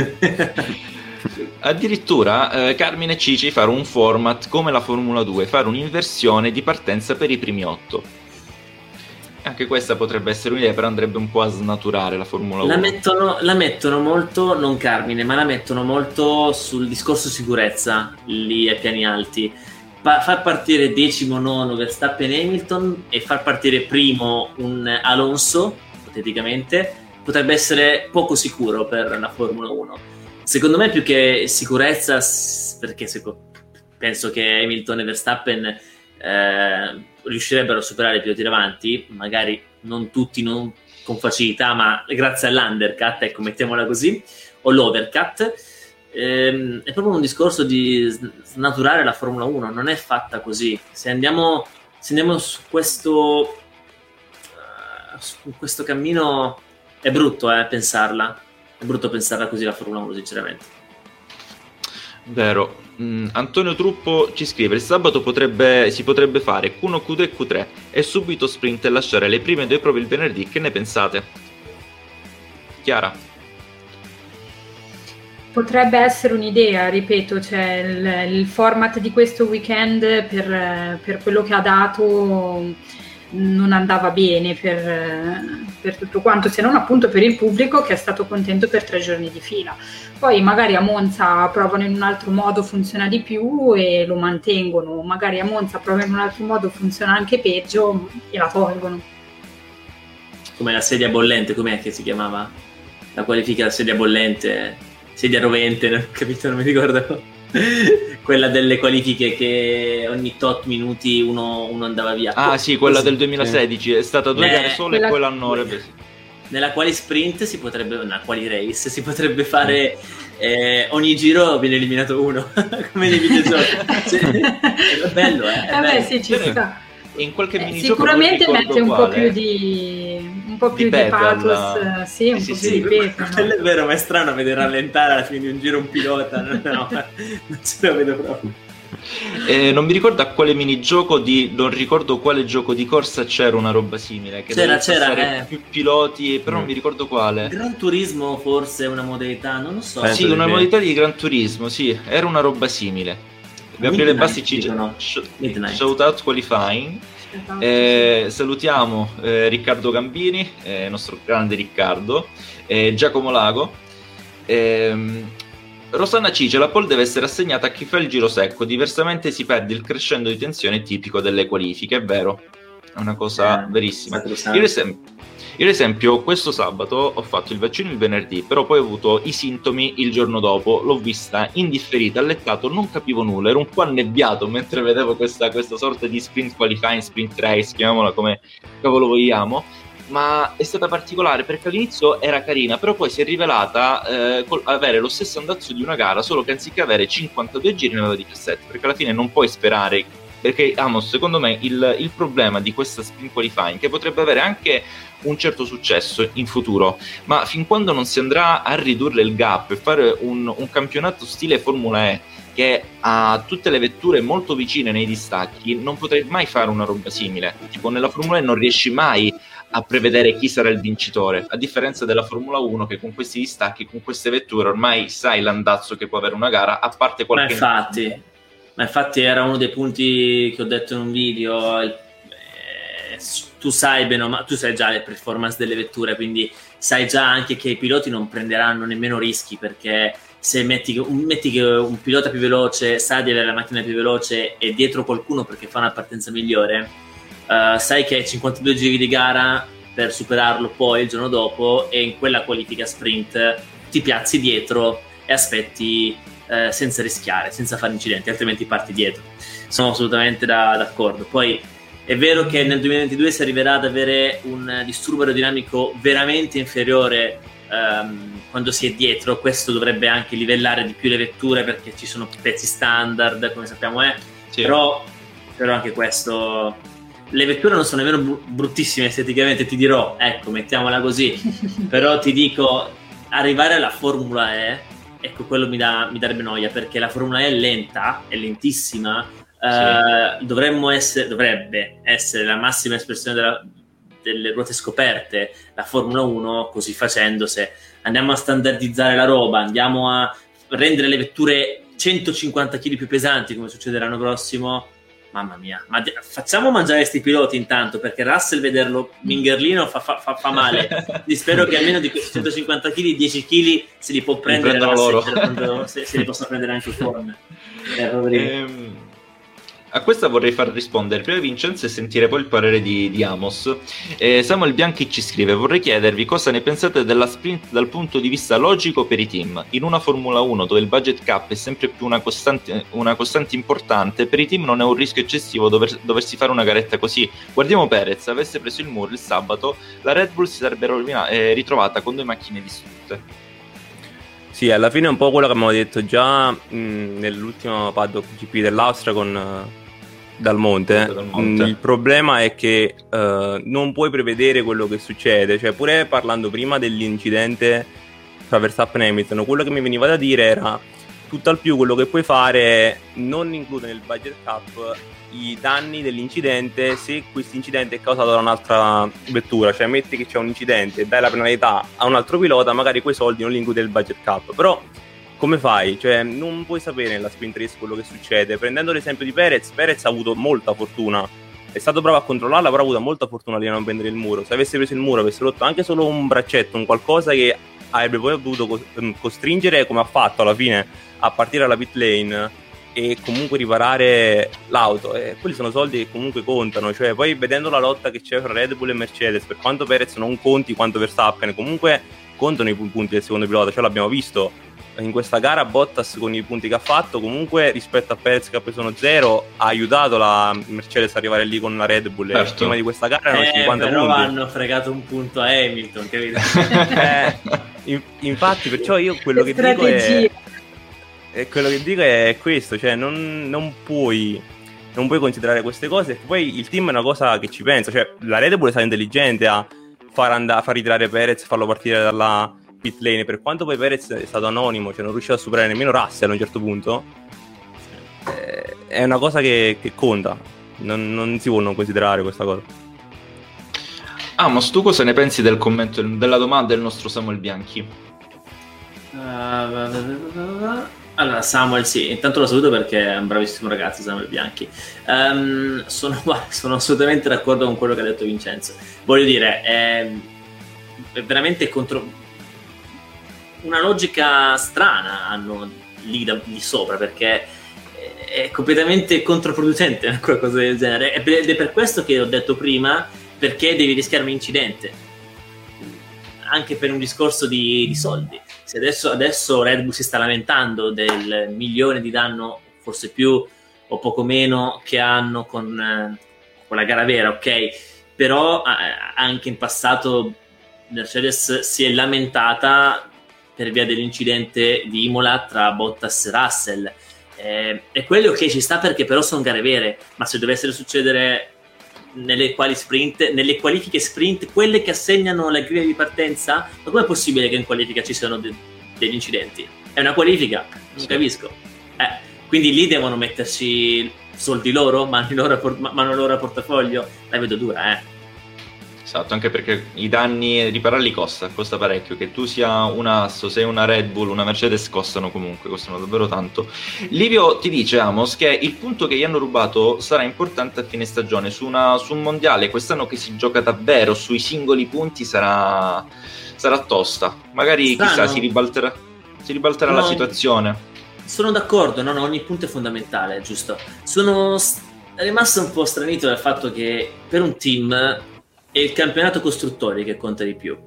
Addirittura eh, Carmine Cici fare un format come la Formula due, fare un'inversione di partenza per i primi otto. Anche questa potrebbe essere un'idea, però andrebbe un po' a snaturare la Formula uno. La mettono, la mettono molto, non Carmine, ma la mettono molto sul discorso sicurezza, lì ai piani alti. Pa- far partire decimo, nono Verstappen e Hamilton e far partire primo un Alonso, ipoteticamente, potrebbe essere poco sicuro per la Formula uno. Secondo me più che sicurezza, perché seco- penso che Hamilton e Verstappen eh, riuscirebbero a superare i piloti davanti, magari non tutti non con facilità, ma grazie all'undercut, ecco, mettiamola così, o l'overcut. Ehm, è proprio un discorso di snaturare la Formula uno, non è fatta così. Se andiamo, se andiamo su questo uh, su questo cammino è brutto eh, pensarla, è brutto pensarla così la Formula uno, sinceramente. Vero. Mm, Antonio Truppo ci scrive: il sabato potrebbe, si potrebbe fare Q uno, Q due e Q tre e subito sprint e lasciare le prime due prove il venerdì. Che ne pensate? Chiara? Potrebbe essere un'idea, ripeto, cioè il, il format di questo weekend per, per quello che ha dato non andava bene per, per tutto quanto, se non appunto per il pubblico che è stato contento per tre giorni di fila. Poi magari a Monza provano in un altro modo, funziona di più e lo mantengono, magari a Monza provano in un altro modo, funziona anche peggio e la tolgono. Come la sedia bollente, com'è che si chiamava? La qualifica della sedia bollente, sedia rovente, non ho capito, non mi ricordo. Quella delle qualifiche che ogni tot minuti uno, uno andava via. Ah sì, quella del duemilasedici, è stata due eh, gare sole quella... e poi l'hanno sì. Nella quali sprint si potrebbe, nella quali race si potrebbe fare eh, ogni giro viene eliminato uno come nei videogiochi. Cioè, è bello, eh, è eh bello. Beh, sì, ci sta. In qualche eh, minigioco sicuramente mette un quale. po' più di un po' più di, di pathos, alla... sì, un sì, po' sì, più sì, di peso. Quello è vero, ma è strano vedere rallentare alla fine di un giro un pilota. No, no, non ce la vedo proprio. Eh, non mi ricordo a quale minigioco di non ricordo quale gioco di corsa c'era una roba simile che c'era c'era eh. più piloti, però mm. non mi ricordo quale. Gran Turismo forse una modalità, non lo so. Eh, sì, una sì. modalità di Gran Turismo, sì, era una roba simile. Gabriele Bassi ci dice shout out qualifying. Eh, salutiamo eh, Riccardo Gambini, eh, il nostro grande Riccardo, eh, Giacomo Lago. ehm Rosanna Cice, la pole deve essere assegnata a chi fa il giro secco, diversamente si perde il crescendo di tensione tipico delle qualifiche. È vero, è una cosa eh, verissima. Io, esem- io ad esempio questo sabato ho fatto il vaccino il venerdì, però poi ho avuto i sintomi il giorno dopo, l'ho vista indifferita, allettato, non capivo nulla, ero un po' annebbiato mentre vedevo questa, questa sorta di sprint qualifying, sprint race, chiamiamola come cavolo vogliamo. Ma è stata particolare perché all'inizio era carina, però poi si è rivelata eh, col- avere lo stesso andazzo di una gara, solo che anziché avere cinquantadue giri ne aveva diciassette, perché alla fine non puoi sperare, perché Amos, secondo me il, il problema di questa sprint qualifying, che potrebbe avere anche un certo successo in futuro, ma fin quando non si andrà a ridurre il gap e fare un, un campionato stile Formula E che ha tutte le vetture molto vicine nei distacchi, non potrei mai fare una roba simile. Tipo nella Formula E non riesci mai a prevedere chi sarà il vincitore, a differenza della Formula uno che con questi distacchi, con queste vetture ormai sai l'andazzo che può avere una gara, a parte qualche... Ma infatti, ma infatti era uno dei punti che ho detto in un video, il, eh, tu sai bene, ma tu sai già le performance delle vetture, quindi sai già anche che i piloti non prenderanno nemmeno rischi, perché se metti, metti che un pilota più veloce sa di avere la macchina più veloce e dietro qualcuno perché fa una partenza migliore, Uh, sai che hai cinquantadue giri di gara per superarlo poi il giorno dopo, e in quella qualifica sprint ti piazzi dietro e aspetti uh, senza rischiare, senza fare incidenti, altrimenti parti dietro. Sono assolutamente da, d'accordo. Poi è vero che nel duemilaventidue si arriverà ad avere un disturbo aerodinamico veramente inferiore um, quando si è dietro. Questo dovrebbe anche livellare di più le vetture, perché ci sono pezzi standard, come sappiamo è, sì. però, però anche questo... Le vetture non sono nemmeno bruttissime esteticamente, ti dirò, ecco, mettiamola così, però ti dico, arrivare alla Formula E, ecco, quello mi, dà, mi darebbe noia, perché la Formula E è lenta, è lentissima, sì. eh, dovremmo essere, dovrebbe essere la massima espressione della, delle ruote scoperte, la Formula uno. Così facendo, se andiamo a standardizzare la roba, andiamo a rendere le vetture centocinquanta chili più pesanti, come succederà l'anno prossimo, mamma mia, ma de- facciamo mangiare sti piloti intanto, perché Russell vederlo mingherlino fa, fa, fa, fa male. Ti spero che almeno di questi centocinquanta chili, dieci chili se li può prendere loro. Quando, se, se li possono prendere anche con eh, a questa vorrei far rispondere prima Vincenzo e sentire poi il parere di, di Amos. eh, Samuel Bianchi ci scrive: vorrei chiedervi cosa ne pensate della sprint dal punto di vista logico per i team. In una Formula uno dove il budget cap è sempre più una costante, una costante importante, per i team non è un rischio eccessivo dover, doversi fare una garetta così. Guardiamo Perez, avesse preso il muro il sabato, la Red Bull si sarebbe rovina- eh, ritrovata con due macchine distrutte. Sì, alla fine è un po' quello che abbiamo detto già mh, nell'ultimo paddock G P dell'Austria con uh, Dal Monte. Dal Monte. Mh, il problema è che uh, non puoi prevedere quello che succede, cioè pure parlando prima dell'incidente tra Verstappen e Hamilton, quello che mi veniva da dire era tutt'al più quello che puoi fare è non includere nel budget cap i danni dell'incidente se questo incidente è causato da un'altra vettura, cioè metti che c'è un incidente e dai la penalità a un altro pilota, magari quei soldi non li includi nel budget cap, però come fai? Cioè non puoi sapere nella sprint race quello che succede. Prendendo l'esempio di Perez, Perez ha avuto molta fortuna, è stato bravo a controllarla, però ha avuto molta fortuna di non prendere il muro. Se avesse preso il muro, avesse rotto anche solo un braccetto, un qualcosa che avrebbe poi dovuto costringere, come ha fatto alla fine, a partire dalla pit lane e comunque riparare l'auto, e quelli sono soldi che comunque contano. Cioè poi vedendo la lotta che c'è fra Red Bull e Mercedes, per quanto Perez non conti quanto Verstappen, comunque contano i punti del secondo pilota, cioè l'abbiamo visto in questa gara. Bottas con i punti che ha fatto comunque rispetto a Perez che ha preso uno zero ha aiutato la Mercedes a arrivare lì con la Red Bull, certo. Prima di questa gara erano eh, cinquanta però punti, hanno fregato un punto a Hamilton, capito? eh, in, infatti perciò io quello che dico è E quello che dico è questo, cioè non, non puoi non puoi considerare queste cose. Poi il team è una cosa che ci pensa, cioè la Red Bull è stata intelligente a far, andare, a far ritirare Perez, farlo partire dalla pit lane, per quanto poi Perez è stato anonimo, cioè non riusciva a superare nemmeno Russell a un certo punto. Eh, è una cosa che, che conta, non, non si può non considerare questa cosa. Amos, tu cosa ne pensi del commento, della domanda del nostro Samuel Bianchi? Uh, allora, Samuel, sì, intanto lo saluto perché è un bravissimo ragazzo, Samuel Bianchi. Um, sono, sono assolutamente d'accordo con quello che ha detto Vincenzo. Voglio dire, è, è veramente contro una logica strana hanno lì, da, lì sopra, perché è completamente controproducente qualcosa del genere. Ed è per questo che ho detto prima, perché devi rischiare un incidente, anche per un discorso di, di soldi. Se adesso, adesso Red Bull si sta lamentando del milione di danno, forse più o poco meno, che hanno con, eh, con la gara vera, ok? Però eh, anche in passato Mercedes si è lamentata per via dell'incidente di Imola tra Bottas e Russell. Eh, e quello che ci sta, perché però sono gare vere, ma se dovesse succedere nelle quali sprint, nelle qualifiche sprint, quelle che assegnano la griglia di partenza, ma com'è possibile che in qualifica ci siano de- degli incidenti? È una qualifica, non sì. capisco. Eh, quindi lì devono metterci soldi loro, mano loro, a port- mano loro a portafoglio. La vedo dura, eh. Esatto, anche perché i danni ripararli costa, costa parecchio. Che tu sia un Asso, sei una Red Bull, una Mercedes, costano comunque, costano davvero tanto. Livio ti dice, Amos, che il punto che gli hanno rubato sarà importante a fine stagione. Su, una, su un mondiale quest'anno che si gioca davvero, sui singoli punti sarà, sarà tosta. Magari, Strano. chissà, si ribalterà, si ribalterà no, la situazione. Sono d'accordo, no, no, ogni punto è fondamentale, giusto. Sono rimasto un po' stranito dal fatto che per un team è il campionato costruttori che conta di più,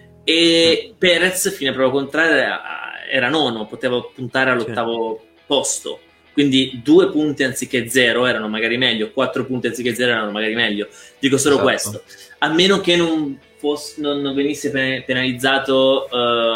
e mm. Perez fino a prova contraria era nono, poteva puntare all'ottavo sì. posto, quindi due punti anziché zero erano magari meglio, quattro punti anziché zero erano magari meglio. Dico solo esatto. questo, a meno che non, fosse, non, non venisse penalizzato,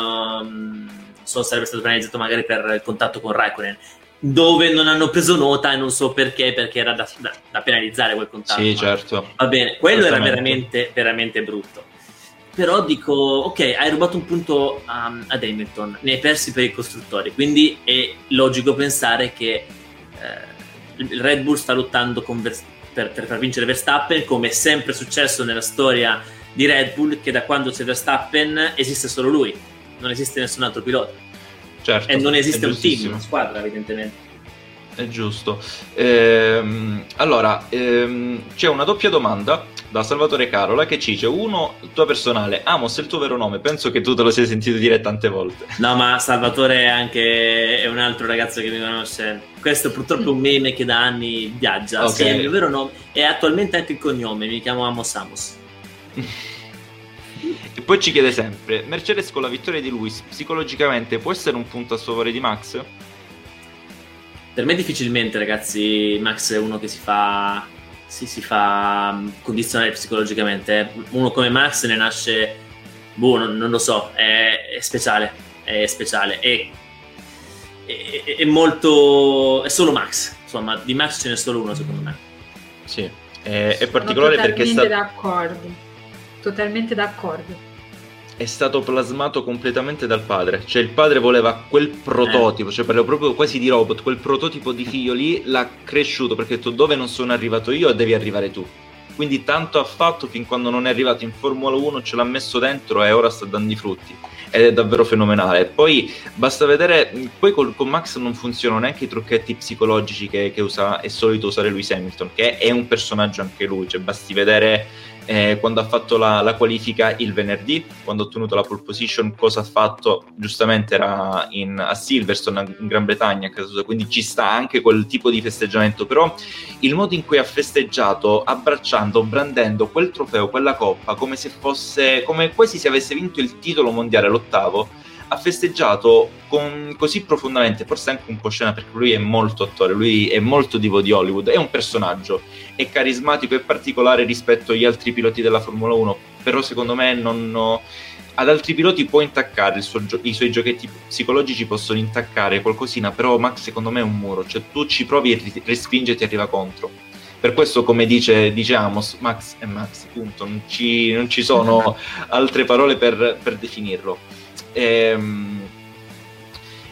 ehm, so, sarebbe stato penalizzato magari per il contatto con Raikkonen, dove non hanno preso nota e non so perché, perché era da, da, da penalizzare quel contatto. Sì, certo. Va bene, quello era veramente, veramente brutto. Però dico, ok, hai rubato un punto um, ad Hamilton, ne hai persi per i costruttori, quindi è logico pensare che eh, il Red Bull sta lottando con Ver- per, per far vincere Verstappen, come è sempre successo nella storia di Red Bull, che da quando c'è Verstappen esiste solo lui, non esiste nessun altro pilota. Certo, e non esiste un team, una squadra, evidentemente. È giusto. Ehm, allora, ehm, c'è una doppia domanda da Salvatore Carola che ci dice: uno, tua personale, Amos è il tuo vero nome? Penso che tu te lo sei sentito dire tante volte. No, ma Salvatore è anche è un altro ragazzo che mi conosce. Questo purtroppo è un meme che da anni viaggia. Okay. Sì, è il mio vero nome e attualmente anche il cognome, mi chiamo Amos Amos. E poi ci chiede sempre: Mercedes con la vittoria di Lewis psicologicamente può essere un punto a sfavore di Max? Per me difficilmente, ragazzi. Max è uno che si fa si, si fa condizionare psicologicamente. Uno come Max ne nasce, boh, non, non lo so, è, è speciale, è speciale, è, è, è molto, è solo Max, insomma, di Max ce n'è solo uno secondo me. Sì, è, è particolare perché è stato... d'accordo. Totalmente d'accordo. È stato plasmato completamente dal padre, cioè il padre voleva quel prototipo, eh. cioè parlo proprio quasi di robot, quel prototipo di figlio lì l'ha cresciuto, perché ha detto: dove non sono arrivato io devi arrivare tu. Quindi tanto ha fatto fin quando non è arrivato in Formula uno, ce l'ha messo dentro e ora sta dando i frutti, ed è davvero fenomenale. Poi basta vedere, poi col, con Max non funzionano neanche i trucchetti psicologici che, che usa, è solito usare Lewis Hamilton, che è un personaggio anche lui, cioè basti vedere Eh, quando ha fatto la, la qualifica il venerdì, quando ha ottenuto la pole position, cosa ha fatto? Giustamente era in, a Silverstone, in Gran Bretagna, quindi ci sta anche quel tipo di festeggiamento, però il modo in cui ha festeggiato, abbracciando, brandendo quel trofeo, quella coppa, come se fosse, come quasi se avesse vinto il titolo mondiale, l'ottavo, ha festeggiato con, così profondamente, forse anche un po' scena, perché lui è molto attore, lui è molto divo di Hollywood, è un personaggio, è carismatico e particolare rispetto agli altri piloti della Formula uno, però secondo me non, ad altri piloti può intaccare, il suo, i suoi giochetti psicologici possono intaccare qualcosina, però Max secondo me è un muro, cioè tu ci provi e respingi e ti arriva contro. Per questo, come dice, dice Amos, Max è Max, punto, non ci, non ci sono altre parole per, per definirlo. Ehm,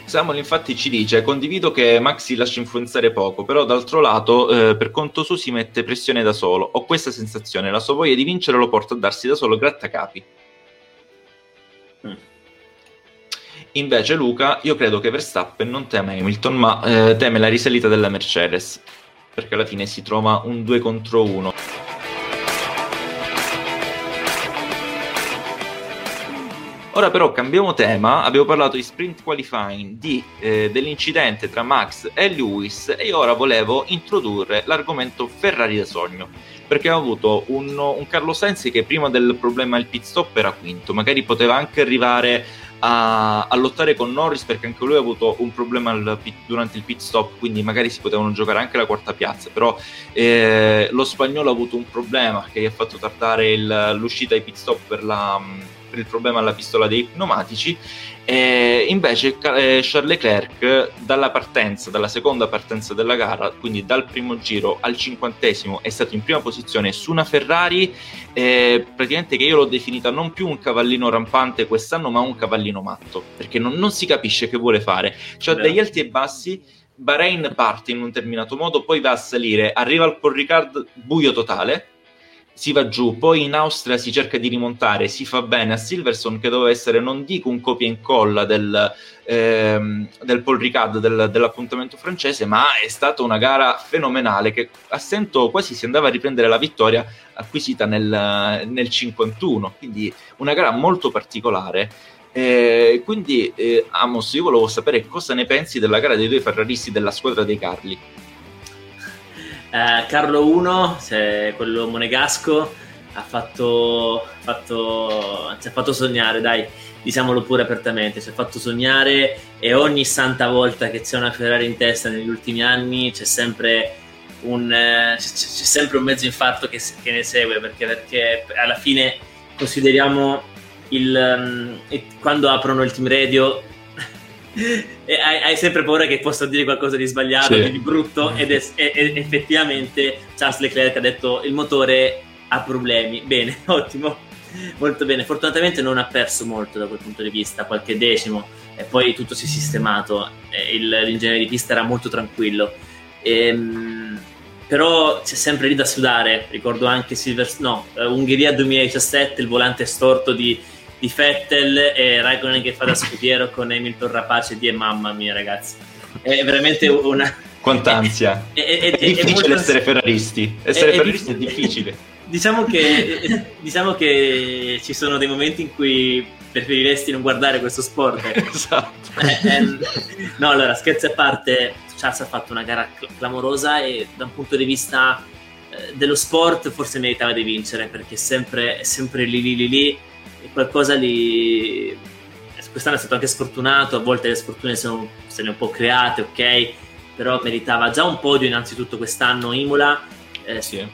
Samuel infatti ci dice: condivido che Max si lascia influenzare poco, però d'altro lato eh, per conto suo si mette pressione da solo. Ho questa sensazione, la sua voglia di vincere lo porta a darsi da solo grattacapi. mm. Invece Luca, io credo che Verstappen non teme Hamilton, ma eh, teme la risalita della Mercedes, perché alla fine si trova un due contro uno. Ora però cambiamo tema, abbiamo parlato di sprint qualifying, di, eh, dell'incidente tra Max e Lewis, e io ora volevo introdurre l'argomento Ferrari da sogno, perché abbiamo avuto un, un Carlos Sainz che prima del problema del pit stop era quinto, magari poteva anche arrivare a, a lottare con Norris, perché anche lui ha avuto un problema al pit, durante il pit stop, quindi magari si potevano giocare anche la quarta piazza, però eh, lo spagnolo ha avuto un problema che gli ha fatto tardare il, l'uscita ai pit stop per la... il problema alla pistola dei pneumatici, e invece eh, Charles Leclerc dalla partenza, dalla seconda partenza della gara, quindi dal primo giro al cinquantesimo, è stato in prima posizione su una Ferrari eh, praticamente che io l'ho definita non più un cavallino rampante quest'anno, ma un cavallino matto, perché non, non si capisce che vuole fare, cioè Beh. degli alti e bassi. Bahrain parte in un determinato modo, poi va a salire, arriva al Paul Ricard buio totale, si va giù, poi in Austria si cerca di rimontare, si fa bene a Silverstone, che doveva essere, non dico un copia e incolla del, ehm, del Paul Ricard, del, dell'appuntamento francese, ma è stata una gara fenomenale che a stento quasi si andava a riprendere la vittoria acquisita nel, nel cinquantuno, quindi una gara molto particolare. Eh, quindi eh, Amos, io volevo sapere cosa ne pensi della gara dei due ferraristi della squadra dei Carli. Uh, Carlo uno, cioè quello monegasco, ha fatto, fatto, ci ha fatto sognare, dai, diciamolo pure apertamente, ci ha fatto sognare, e ogni santa volta che c'è una Ferrari in testa negli ultimi anni c'è sempre un, eh, c'è, c'è sempre un mezzo infarto che, che ne segue, perché, perché alla fine consideriamo il, um, quando aprono il team radio e hai, hai sempre paura che possa dire qualcosa di sbagliato, sì. di brutto, ed è, è, è, effettivamente Charles Leclerc ha detto il motore ha problemi. Bene, ottimo, molto bene. Fortunatamente non ha perso molto da quel punto di vista, qualche decimo, e poi tutto si è sistemato. Il, l'ingegnere di pista era molto tranquillo, ehm, però c'è sempre lì da sudare. Ricordo anche Silverstone, no, Ungheria duemiladiciassette, il volante storto di di Vettel e Raikkonen che fa da scudiero con Hamilton rapace di, e mamma mia ragazzi, è veramente una quanta ansia. È, è, è, è difficile è molto... essere ferraristi essere è, ferraristi è, è difficile. Diciamo che diciamo che ci sono dei momenti in cui preferiresti non guardare questo sport. Esatto. eh, ehm, no, allora, scherzi a parte, Charles ha fatto una gara cl- clamorosa, e da un punto di vista eh, dello sport forse meritava di vincere, perché è sempre, è sempre lì lì lì lì qualcosa lì. Quest'anno è stato anche sfortunato, a volte le sfortune sono, se ne un po' create, ok, però meritava già un podio innanzitutto quest'anno Imola, eh, sì.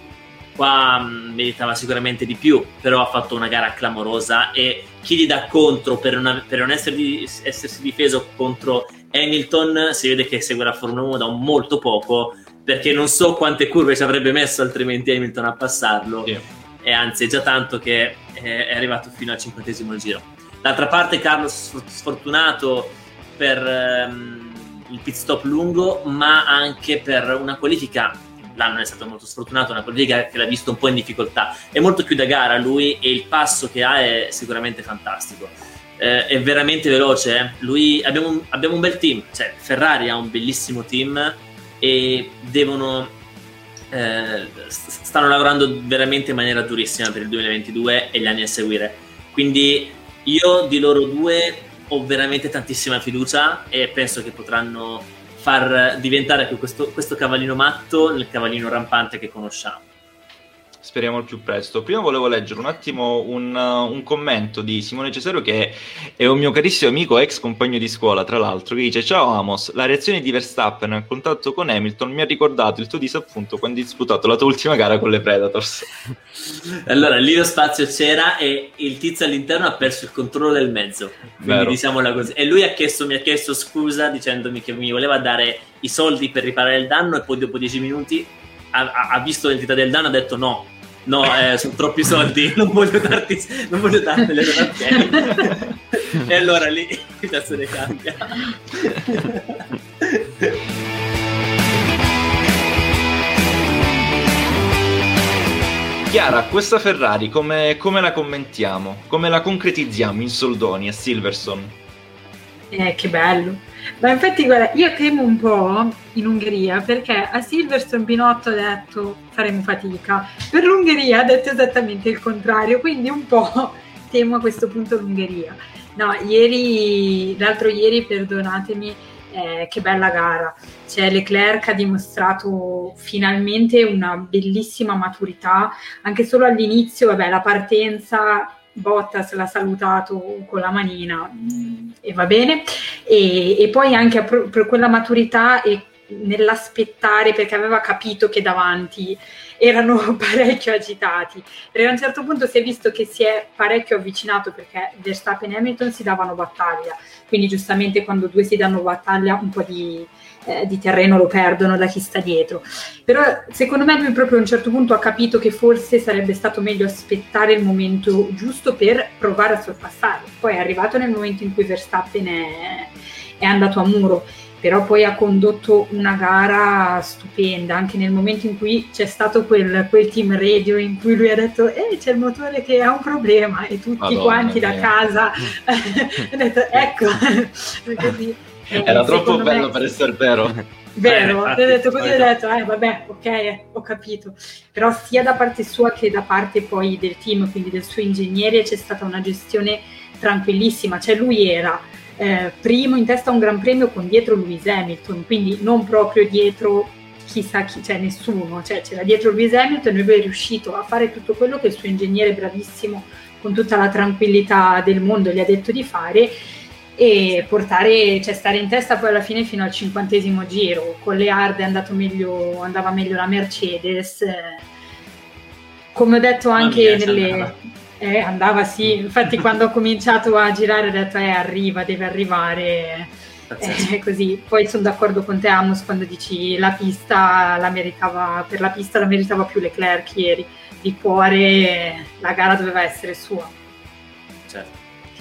qua mh, meritava sicuramente di più, però ha fatto una gara clamorosa, e chi gli dà contro per, una, per non essere di, essersi difeso contro Hamilton si vede che segue la Formula uno da un molto poco, perché non so quante curve ci avrebbe messo altrimenti Hamilton a passarlo, sì. E anzi è già tanto che è arrivato fino al cinquantesimo giro. D'altra parte Carlos sfortunato per um, il pit stop lungo, ma anche per una qualifica, l'anno è stato molto sfortunato, una qualifica che l'ha visto un po' in difficoltà, è molto più da gara lui, e il passo che ha è sicuramente fantastico, eh, è veramente veloce, eh. Lui, abbiamo un, abbiamo un bel team, cioè Ferrari ha un bellissimo team, e devono Eh, stanno lavorando veramente in maniera durissima per il duemilaventidue e gli anni a seguire, quindi io di loro due ho veramente tantissima fiducia, e penso che potranno far diventare questo, questo cavallino matto il cavallino rampante che conosciamo. Speriamo il più presto. Prima volevo leggere un attimo un, un commento di Simone Cesaro, che è un mio carissimo amico, ex compagno di scuola tra l'altro, che dice: ciao Amos, la reazione di Verstappen al contatto con Hamilton mi ha ricordato il tuo disappunto quando hai disputato la tua ultima gara con le Predators. Allora, lì lo spazio c'era e il tizio all'interno ha perso il controllo del mezzo, quindi Vero. diciamola così, e lui ha chiesto, mi ha chiesto scusa dicendomi che mi voleva dare i soldi per riparare il danno, e poi dopo dieci minuti ha, ha visto l'entità del danno, ha detto no no, eh, sono troppi soldi, non voglio darti, non voglio darteli. E allora lì la situazione cambia. Chiara, questa Ferrari come, come la commentiamo? Come la concretizziamo in soldoni a Silverstone? Eh, che bello! Ma infatti guarda, io temo un po' in Ungheria, perché a Silverstone Binotto ha detto faremo fatica, per l'Ungheria ha detto esattamente il contrario, quindi un po' temo a questo punto l'Ungheria. No, ieri, l'altro ieri, perdonatemi, eh, che bella gara, cioè Leclerc ha dimostrato finalmente una bellissima maturità, anche solo all'inizio, vabbè, la partenza, Bottas l'ha salutato con la manina e va bene, e, e poi anche per, per quella maturità e nell'aspettare, perché aveva capito che davanti erano parecchio agitati, perché a un certo punto si è visto che si è parecchio avvicinato, perché Verstappen e Hamilton si davano battaglia, quindi giustamente quando due si danno battaglia un po' di, eh, di terreno lo perdono da chi sta dietro, però secondo me lui proprio a un certo punto ha capito che forse sarebbe stato meglio aspettare il momento giusto per provare a sorpassare, poi è arrivato nel momento in cui Verstappen è, è andato a muro, però poi ha condotto una gara stupenda, anche nel momento in cui c'è stato quel, quel team radio in cui lui ha detto eh, c'è il motore che ha un problema, e tutti Madonna quanti mia. Da casa hanno detto ecco, così, era troppo bello me, per essere vero. Vero, eh, ho detto così, ho detto eh vabbè, ok, ho capito, però sia da parte sua che da parte poi del team, quindi del suo ingegnere, c'è stata una gestione tranquillissima, cioè lui era Eh, primo in testa a un gran premio con dietro Lewis Hamilton, quindi non proprio dietro chissà chi, cioè nessuno, cioè c'era dietro Lewis Hamilton e lui è riuscito a fare tutto quello che il suo ingegnere bravissimo, con tutta la tranquillità del mondo, gli ha detto di fare, e portare, cioè stare in testa poi alla fine fino al cinquantesimo giro. Con le hard è andato meglio, andava meglio la Mercedes, eh, come ho detto anche mia, nelle... Eh, andava sì, infatti quando ho cominciato a girare ho detto eh arriva, deve arrivare, eh, così. Poi sono d'accordo con te Amos quando dici la pista la meritava, per la pista la meritava più Leclerc ieri, di cuore la gara doveva essere sua. Certo.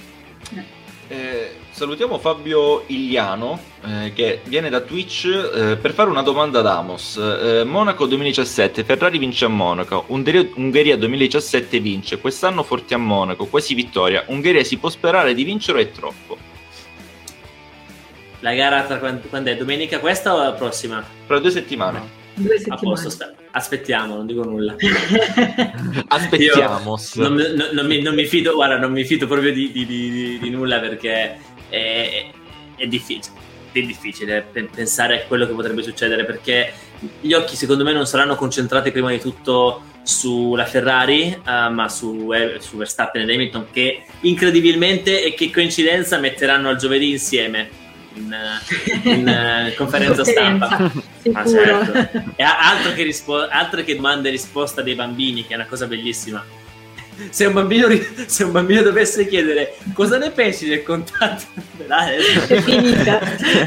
Eh, salutiamo Fabio Igliano eh, che viene da Twitch eh, per fare una domanda ad Amos. eh, Monaco duemiladiciassette, Ferrari vince a Monaco, Ungheria, Ungheria duemiladiciassette vince, quest'anno forti a Monaco, quasi vittoria, Ungheria si può sperare di vincere o è troppo? La gara tra quando, quando è? Domenica questa o la prossima? Tra due settimane. Due settimane. A posto, sta. Aspettiamo, non dico nulla. Aspettiamo. Non, non, non, mi, non mi fido, guarda, non mi fido proprio di, di, di, di nulla, perché è, è difficile. È difficile pensare a quello che potrebbe succedere, perché gli occhi secondo me non saranno concentrati prima di tutto sulla Ferrari, uh, ma su, eh, su Verstappen ed Hamilton, che incredibilmente, e che coincidenza, metteranno al giovedì insieme in, in uh, conferenza stampa. Ma certo. E altro che, rispo- altro che domande e risposta dei bambini, che è una cosa bellissima. Se un bambino, se un bambino dovesse chiedere cosa ne pensi del contatto, è finita.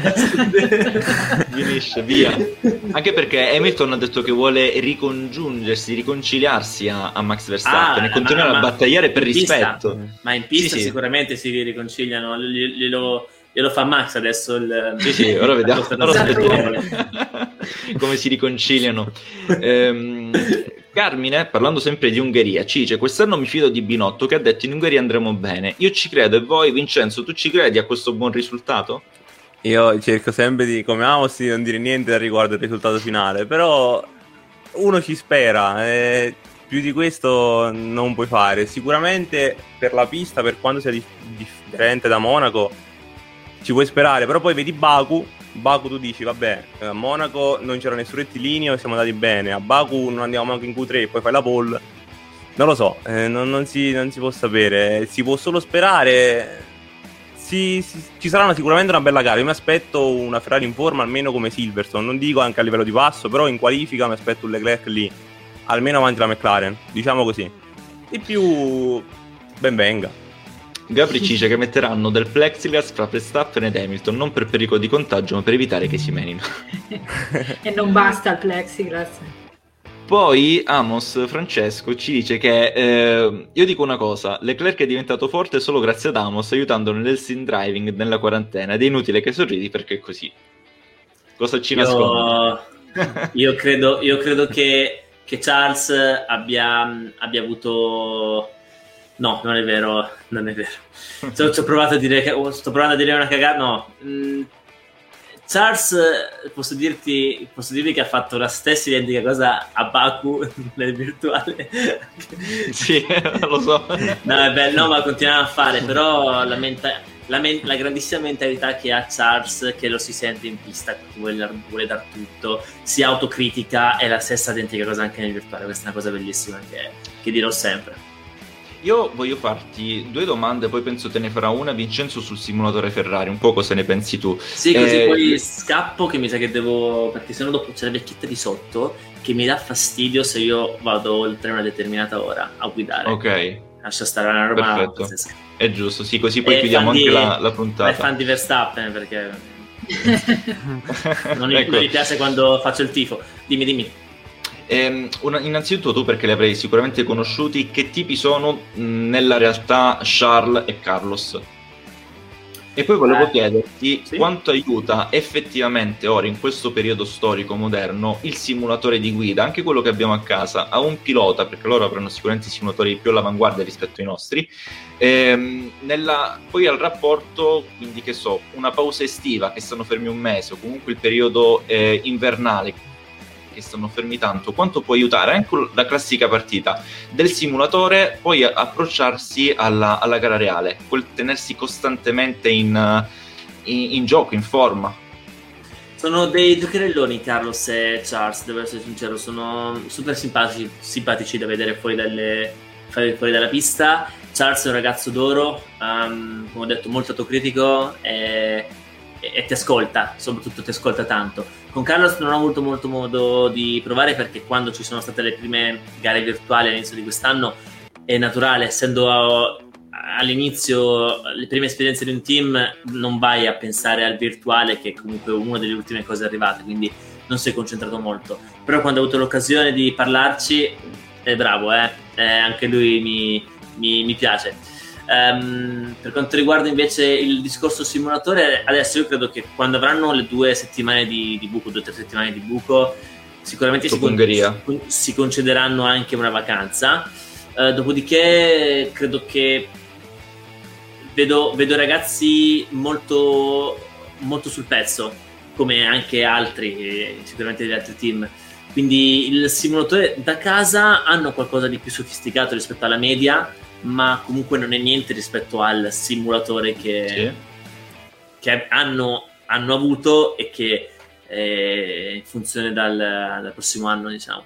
Finisce, via. Anche perché Hamilton ha detto che vuole ricongiungersi, riconciliarsi a, a Max Verstappen ah, e continuare ma, a battagliare per rispetto. Pista. Ma in pista sì, sicuramente sì. si riconciliano. Glielo, glielo fa Max adesso. Il, sì, sì, ora vediamo. Ora aspettiamo come si riconciliano. ehm, Carmine, parlando sempre di Ungheria, ci dice: quest'anno mi fido di Binotto che ha detto in Ungheria andremo bene. Io ci credo, e voi Vincenzo, tu ci credi a questo buon risultato? Io cerco sempre di, come Amos, di non dire niente al riguardo del risultato finale, però uno ci spera, e più di questo non puoi fare. Sicuramente per la pista, per quanto sia dif- differente da Monaco, ci puoi sperare, però poi vedi Baku. Baku tu dici vabbè, a Monaco non c'era nessun rettilineo, siamo andati bene, a Baku non andiamo anche in Q tre, poi fai la pole, non lo so, eh, non, non, si, non si può sapere, si può solo sperare. si, si, ci sarà una, sicuramente una bella gara. Io mi aspetto una Ferrari in forma almeno come Silverstone, non dico anche a livello di passo, però in qualifica mi aspetto un Leclerc lì almeno avanti la McLaren, diciamo così. Di più ben venga. Gabri ci dice che metteranno del plexiglass fra Verstappen ed Hamilton, non per pericolo di contagio ma per evitare che si menino. E non basta il plexiglass. Poi Amos Francesco ci dice che eh, io dico una cosa: Leclerc è diventato forte solo grazie ad Amos, aiutandolo nel sim driving nella quarantena, ed è inutile che sorridi perché è così. Cosa ci nascondi? Io, io credo, io credo che, che Charles abbia, abbia avuto... No, non è vero, non è vero. Sto, sto provato a dire che, sto provando a dire una cagata. No. Mm, Charles, posso dirti, posso dirvi che ha fatto la stessa identica cosa a Baku nel virtuale. Sì, lo so. No, è bello, no, ma continuiamo a fare, però la, menta- la, men- la grandissima mentalità che ha Charles, che lo si sente in pista, che vuole, vuole dar tutto, si autocritica, è la stessa identica cosa anche nel virtuale. Questa è una cosa bellissima che, che dirò sempre. Io voglio farti due domande, poi penso te ne farà una Vincenzo sul simulatore Ferrari, un po' cosa ne pensi tu. Sì, così eh... poi scappo, che mi sa che devo, perché sennò dopo c'è la vecchietta di sotto che mi dà fastidio se io vado oltre una determinata ora a guidare. Ok. Lascia stare una roba. Perfetto. È giusto, sì, così poi è chiudiamo anche di, la, la puntata. È fan di Verstappen perché non, ecco. non gli piace quando faccio il tifo. Dimmi, dimmi. Eh, una, innanzitutto tu, perché li avrei sicuramente conosciuti, che tipi sono mh, nella realtà Charles e Carlos? E poi volevo eh, chiederti sì? quanto aiuta effettivamente ora in questo periodo storico moderno il simulatore di guida, anche quello che abbiamo a casa, a un pilota, perché loro avranno sicuramente simulatori più all'avanguardia rispetto ai nostri, ehm, nella, poi al rapporto, quindi che so, una pausa estiva che stanno fermi un mese o comunque il periodo eh, invernale che stanno fermi tanto, quanto può aiutare anche la classica partita del simulatore poi approcciarsi alla, alla gara reale, quel tenersi costantemente in, in, in gioco, in forma. Sono dei giocherelloni Carlos e Charles, devo essere sincero, sono super simpatici, simpatici da vedere fuori, dalle, fuori dalla pista. Charles è un ragazzo d'oro, um, come ho detto molto autocritico e, e ti ascolta, soprattutto ti ascolta tanto. Con Carlos non ho avuto molto modo di provare, perché quando ci sono state le prime gare virtuali all'inizio di quest'anno è naturale, essendo a, all'inizio le prime esperienze di un team, non vai a pensare al virtuale, che è comunque una delle ultime cose arrivate, quindi non sei concentrato molto. Però quando ho avuto l'occasione di parlarci è bravo, eh? Eh, anche lui mi, mi, mi piace. Um, per quanto riguarda invece il discorso simulatore, adesso io credo che quando avranno le due settimane di, di buco, due o tre settimane di buco, sicuramente si, con, si concederanno anche una vacanza. Uh, dopodiché credo che vedo, vedo ragazzi molto, molto sul pezzo, come anche altri, sicuramente degli altri team. Quindi il simulatore da casa hanno qualcosa di più sofisticato rispetto alla media, ma comunque non è niente rispetto al simulatore che, sì. che hanno, hanno avuto e che è in funzione dal, dal prossimo anno, diciamo.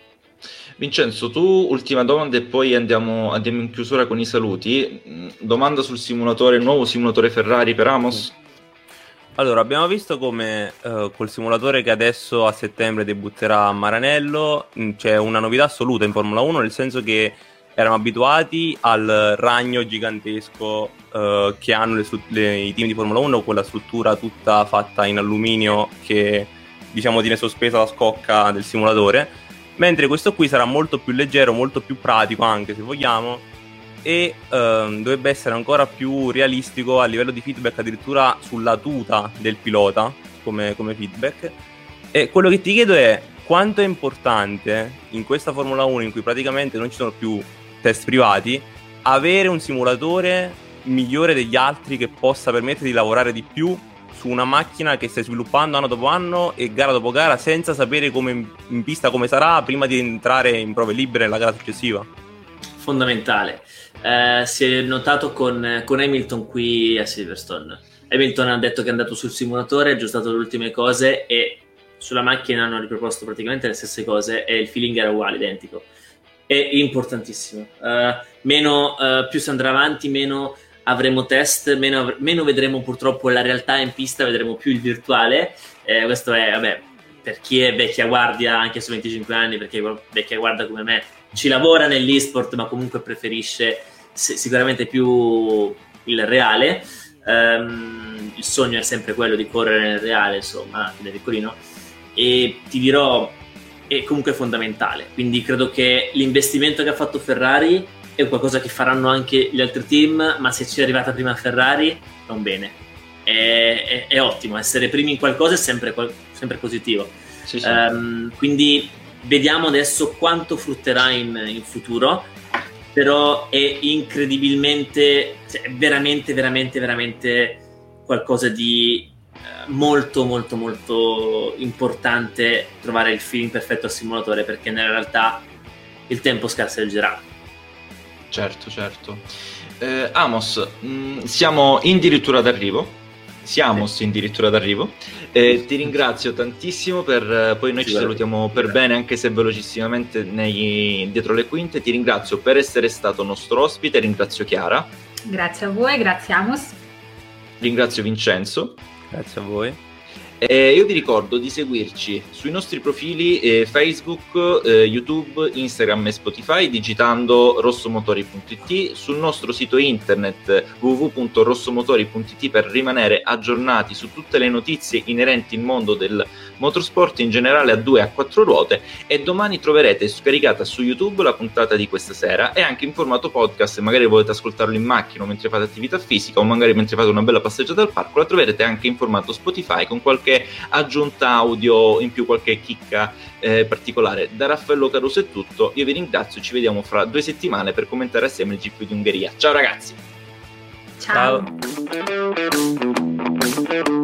Vincenzo, tu ultima domanda e poi andiamo, andiamo in chiusura con i saluti. Domanda sul simulatore, nuovo simulatore Ferrari per Amos? Allora, abbiamo visto come uh, col simulatore che adesso a settembre debutterà a Maranello mh, c'è una novità assoluta in Formula uno, nel senso che eravamo abituati al ragno gigantesco uh, che hanno le, le, i team di Formula uno, quella struttura tutta fatta in alluminio che, diciamo, tiene sospesa la scocca del simulatore, mentre questo qui sarà molto più leggero, molto più pratico anche, se vogliamo, e uh, dovrebbe essere ancora più realistico a livello di feedback, addirittura sulla tuta del pilota come, come feedback. E quello che ti chiedo è: quanto è importante in questa Formula uno, in cui praticamente non ci sono più test privati, avere un simulatore migliore degli altri che possa permettere di lavorare di più su una macchina che stai sviluppando anno dopo anno e gara dopo gara, senza sapere come in pista come sarà prima di entrare in prove libere nella gara successiva? Fondamentale. Eh, si è notato con, con Hamilton qui a Silverstone. Hamilton ha detto che è andato sul simulatore, ha aggiustato le ultime cose e sulla macchina hanno riproposto praticamente le stesse cose e il feeling era uguale, identico. È importantissimo. Uh, meno, uh, più si andrà avanti, meno avremo test, meno, av- meno vedremo purtroppo la realtà in pista, vedremo più il virtuale. Eh, questo è, vabbè, per chi è vecchia guardia, anche su venticinque anni, perché vecchia guardia come me ci lavora nell'esport, ma comunque preferisce s- sicuramente più il reale. Um, il sogno è sempre quello di correre nel reale, insomma, da piccolino. E ti dirò, è comunque fondamentale, quindi credo che l'investimento che ha fatto Ferrari è qualcosa che faranno anche gli altri team, ma se ci è arrivata prima Ferrari è un bene, è, è, è ottimo, essere primi in qualcosa è sempre, sempre positivo. Sì, sì. Um, quindi vediamo adesso quanto frutterà in, in futuro, però è incredibilmente, cioè, è veramente veramente veramente qualcosa di uh, molto molto molto importante trovare il feeling perfetto al simulatore, perché nella realtà il tempo scarseggerà. Certo, certo. Eh, Amos, mh, siamo addirittura d'arrivo. Siamo sì. addirittura d'arrivo. Eh, ti ringrazio tantissimo per poi noi sì, ci salutiamo per bene, anche se velocissimamente nei, dietro le quinte. Ti ringrazio per essere stato nostro ospite, ringrazio Chiara. Grazie a voi, grazie Amos. Ringrazio Vincenzo. Grazie a voi. Eh, io vi ricordo di seguirci sui nostri profili eh, Facebook, eh, YouTube, Instagram e Spotify digitando rossomotori punto it, sul nostro sito internet w w w punto rossomotori punto it per rimanere aggiornati su tutte le notizie inerenti al mondo del motorsport in generale a due e a quattro ruote, e domani troverete scaricata su YouTube la puntata di questa sera e anche in formato podcast, se magari volete ascoltarlo in macchina o mentre fate attività fisica o magari mentre fate una bella passeggiata al parco, la troverete anche in formato Spotify con qualche aggiunta audio in più, qualche chicca eh, particolare. Da Raffaello Caruso è tutto, io vi ringrazio, ci vediamo fra due settimane per commentare assieme il G P di Ungheria. Ciao ragazzi! Ciao! Ciao.